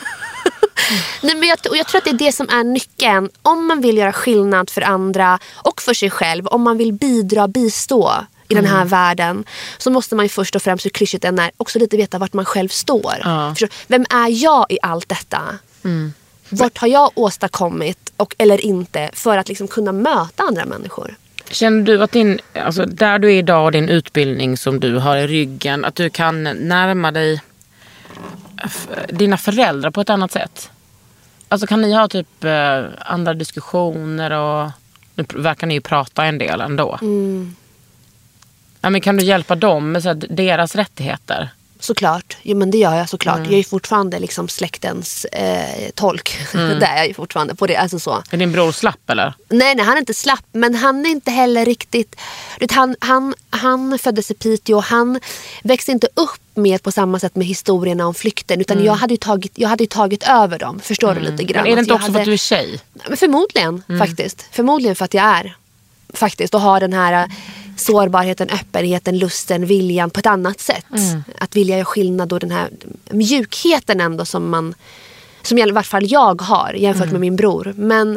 Nej, men jag, och jag tror att det är det som är nyckeln. Om man vill göra skillnad för andra och för sig själv. Om man vill bidra, bistå i mm. den här världen. Så måste man ju först och främst, hur klyschigt än är, också lite veta vart man själv står. Ja. Vem är jag i allt detta? Mm. Vart har jag åstadkommit och, eller inte för att liksom kunna möta andra människor? Känner du att din, alltså där du är idag och din utbildning som du har i ryggen, att du kan närma dig f- dina föräldrar på ett annat sätt? Alltså kan ni ha typ eh, andra diskussioner och nu verkar ni ju prata en del ändå. Mm. Ja, men kan du hjälpa dem med så här, deras rättigheter? Såklart, jo, men det gör jag såklart. Mm. Jag är ju fortfarande liksom släktens eh, tolk. Mm. Det är jag ju fortfarande på det. Alltså så. Är din bror slapp eller? Nej, nej, han är inte slapp. Men han är inte heller riktigt... Vet, han, han, han föddes i Piteå. Han växte inte upp med på samma sätt med historierna om flykten. Utan mm. jag, hade ju tagit, jag hade ju tagit över dem. Förstår mm. du lite grann? Men är det inte också hade... för att du är tjej? Men förmodligen, Mm. faktiskt. Förmodligen för att jag är. Faktiskt. Och har den här... sårbarheten, öppenheten, lusten, viljan på ett annat sätt. Mm. Att vilja göra skillnad och den här mjukheten ändå som man, som i alla fall jag har jämfört mm. med min bror. Men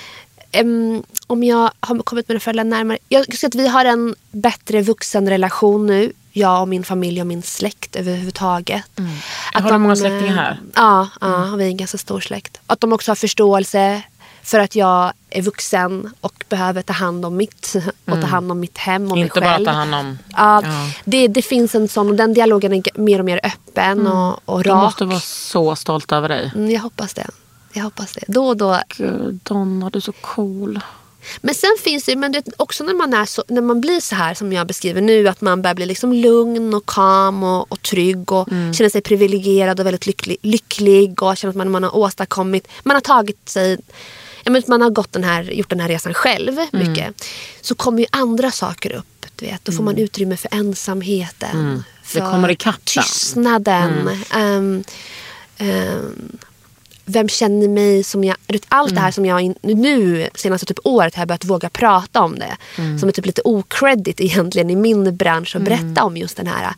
um, om jag har kommit med mina föräldrar närmare, jag ska säga att vi har en bättre vuxenrelation nu. Jag och min familj och min släkt överhuvudtaget. Mm. Att har du många släktingar här? Ja, ja mm. vi är en ganska stor släkt. Att de också har förståelse för att jag är vuxen och behöver ta hand om mitt och mm. ta hand om mitt hem och inte mig själv. Inte bara ta hand om... Ja, ja. Det, det finns en sån, och den dialogen är mer och mer öppen mm. och, och rak. De måste vara så stolt över dig. Mm, jag hoppas det. Jag hoppas det. Då och då. Gud, Donna, du är så cool. Men sen finns det, men det, också när man, är så, när man blir så här som jag beskriver nu, att man börjar bli liksom lugn och calm och, och trygg och mm. känner sig privilegierad och väldigt lycklig, lycklig och känner att man, man har åstadkommit, man har tagit sig... Ja, men man har gått den här, gjort den här resan själv mycket. Mm. Så kommer ju andra saker upp. Du vet. Då får man utrymme för ensamheten. Mm. För det kommer i kappen. Tystnaden. Mm. Um, um, vem känner mig som jag... Allt mm. det här som jag nu, senaste typ året, har jag börjat våga prata om det. Mm. Som är typ lite okredit egentligen i min bransch. Och berätta mm. om just den här...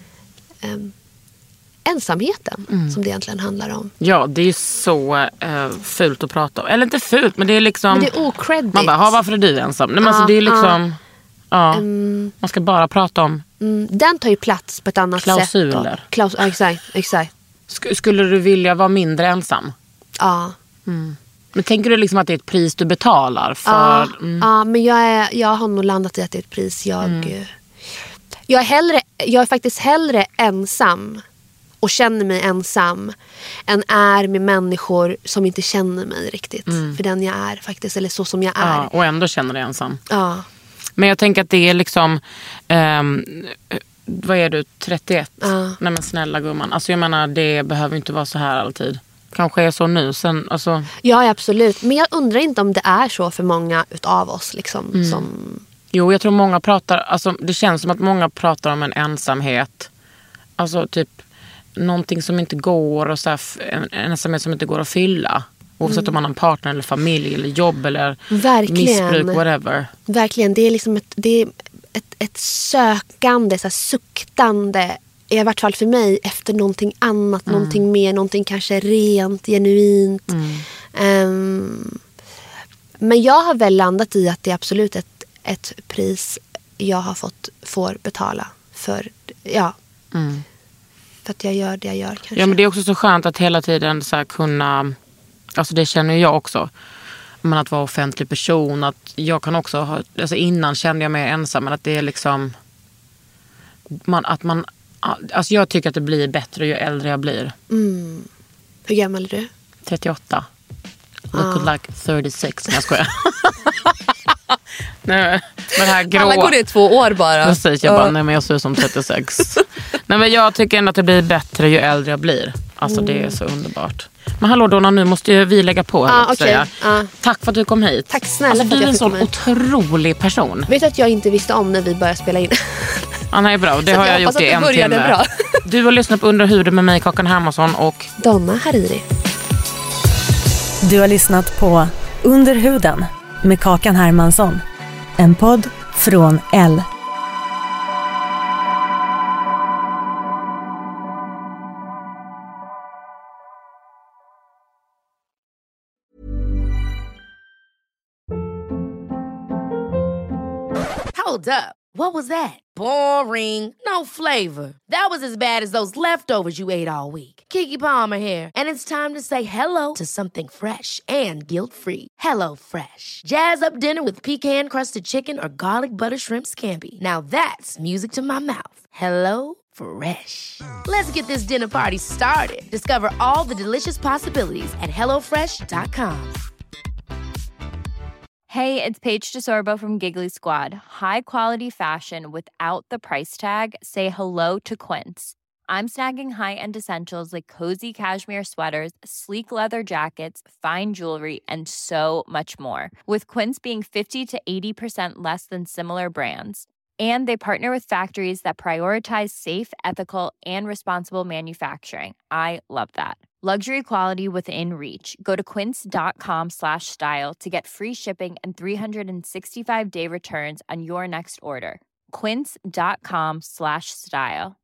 Um, ensamheten mm. som det egentligen handlar om. Ja, det är ju så uh, fult att prata om. Eller inte fult, men det är liksom... Men det är okreddigt. Man bara, varför är du ensam? Nej, men uh, alltså, det är liksom... Uh. Ja, um, man ska bara prata om... Mm, den tar ju plats på ett annat klausuler. sätt. Klaus, ja, exakt, exakt. Sk- skulle du vilja vara mindre ensam? Ja. Mm. Men tänker du liksom att det är ett pris du betalar för... Ja, mm. ja men jag, är, jag har nog landat i att det är ett pris jag... Mm. Jag, är hellre, jag är faktiskt hellre ensam och känner mig ensam än är med människor som inte känner mig riktigt mm. för den jag är faktiskt, eller så som jag är. Ja, och ändå känner dig ensam. Ja. Men jag tänker att det är liksom um, vad är du, trettioett? Ja. Nej men snälla gumman, alltså jag menar det behöver inte vara så här alltid. Kanske är så nu sen, alltså. Ja, absolut, men jag undrar inte om det är så för många utav oss liksom, mm. som... Jo, jag tror många pratar, alltså det känns som att många pratar om en ensamhet, alltså typ någonting som inte går och så här, en ensamhet som inte går att fylla. Oavsett mm. om man har en partner eller familj eller jobb eller verkligen. Missbruk, whatever. Verkligen, det är liksom ett, det är ett, ett sökande, så här, suktande, i vart fall för mig, efter någonting annat, mm. någonting mer, någonting kanske rent, genuint. Mm. Um, men jag har väl landat i att det är absolut ett, ett pris jag har fått, får betala för, ja. Mm. För att jag gör det jag gör kanske. Ja, men det är också så skönt att hela tiden så här kunna, alltså det känner jag också, men att vara offentlig person, att jag kan också ha, alltså innan kände jag mig ensam, men att det är liksom man, att man, alltså jag tycker att det blir bättre ju äldre jag blir. Mm. Hur gammal är du? trettioåtta. Look ah. like thirty-six, när jag skojar. Nej, men här grå... Alla går det två år bara. Precis, jag bara, uh. nej men jag ser ut som trettiosex. Nej men jag tycker ändå att det blir bättre ju äldre jag blir. Alltså mm. det är så underbart. Men hallå Donna, nu måste ju vi lägga på här, ah, okay. säga. Ah. Tack för att du kom hit. Tack snälla alltså, för att du är jag en sån komma. Otrolig person. Vet du att jag inte visste om när vi började spela in? Ja, nej, bra. Det har jag, jag gjort i en timme. Bra. Du har lyssnat på Under huden med mig, Kakan Hermansson och Donna Hariri. Du har lyssnat på Under huden med Kakan Hermansson. En podd från L. Hold up. What was that? Boring. No flavor. That was as bad as those leftovers you ate all week. Keke Palmer here, and it's time to say hello to something fresh and guilt-free. Hello Fresh. Jazz up dinner with pecan-crusted chicken or garlic butter shrimp scampi. Now that's music to my mouth. Hello Fresh. Let's get this dinner party started. Discover all the delicious possibilities at hello fresh dot com. Hey, it's Paige DeSorbo from Giggly Squad. High quality fashion without the price tag. Say hello to Quince. I'm snagging high-end essentials like cozy cashmere sweaters, sleek leather jackets, fine jewelry, and so much more. With Quince being fifty to eighty percent less than similar brands. And they partner with factories that prioritize safe, ethical, and responsible manufacturing. I love that. Luxury quality within reach. Go to quince.com slash style to get free shipping and three sixty-five day returns on your next order. Quince.com slash style.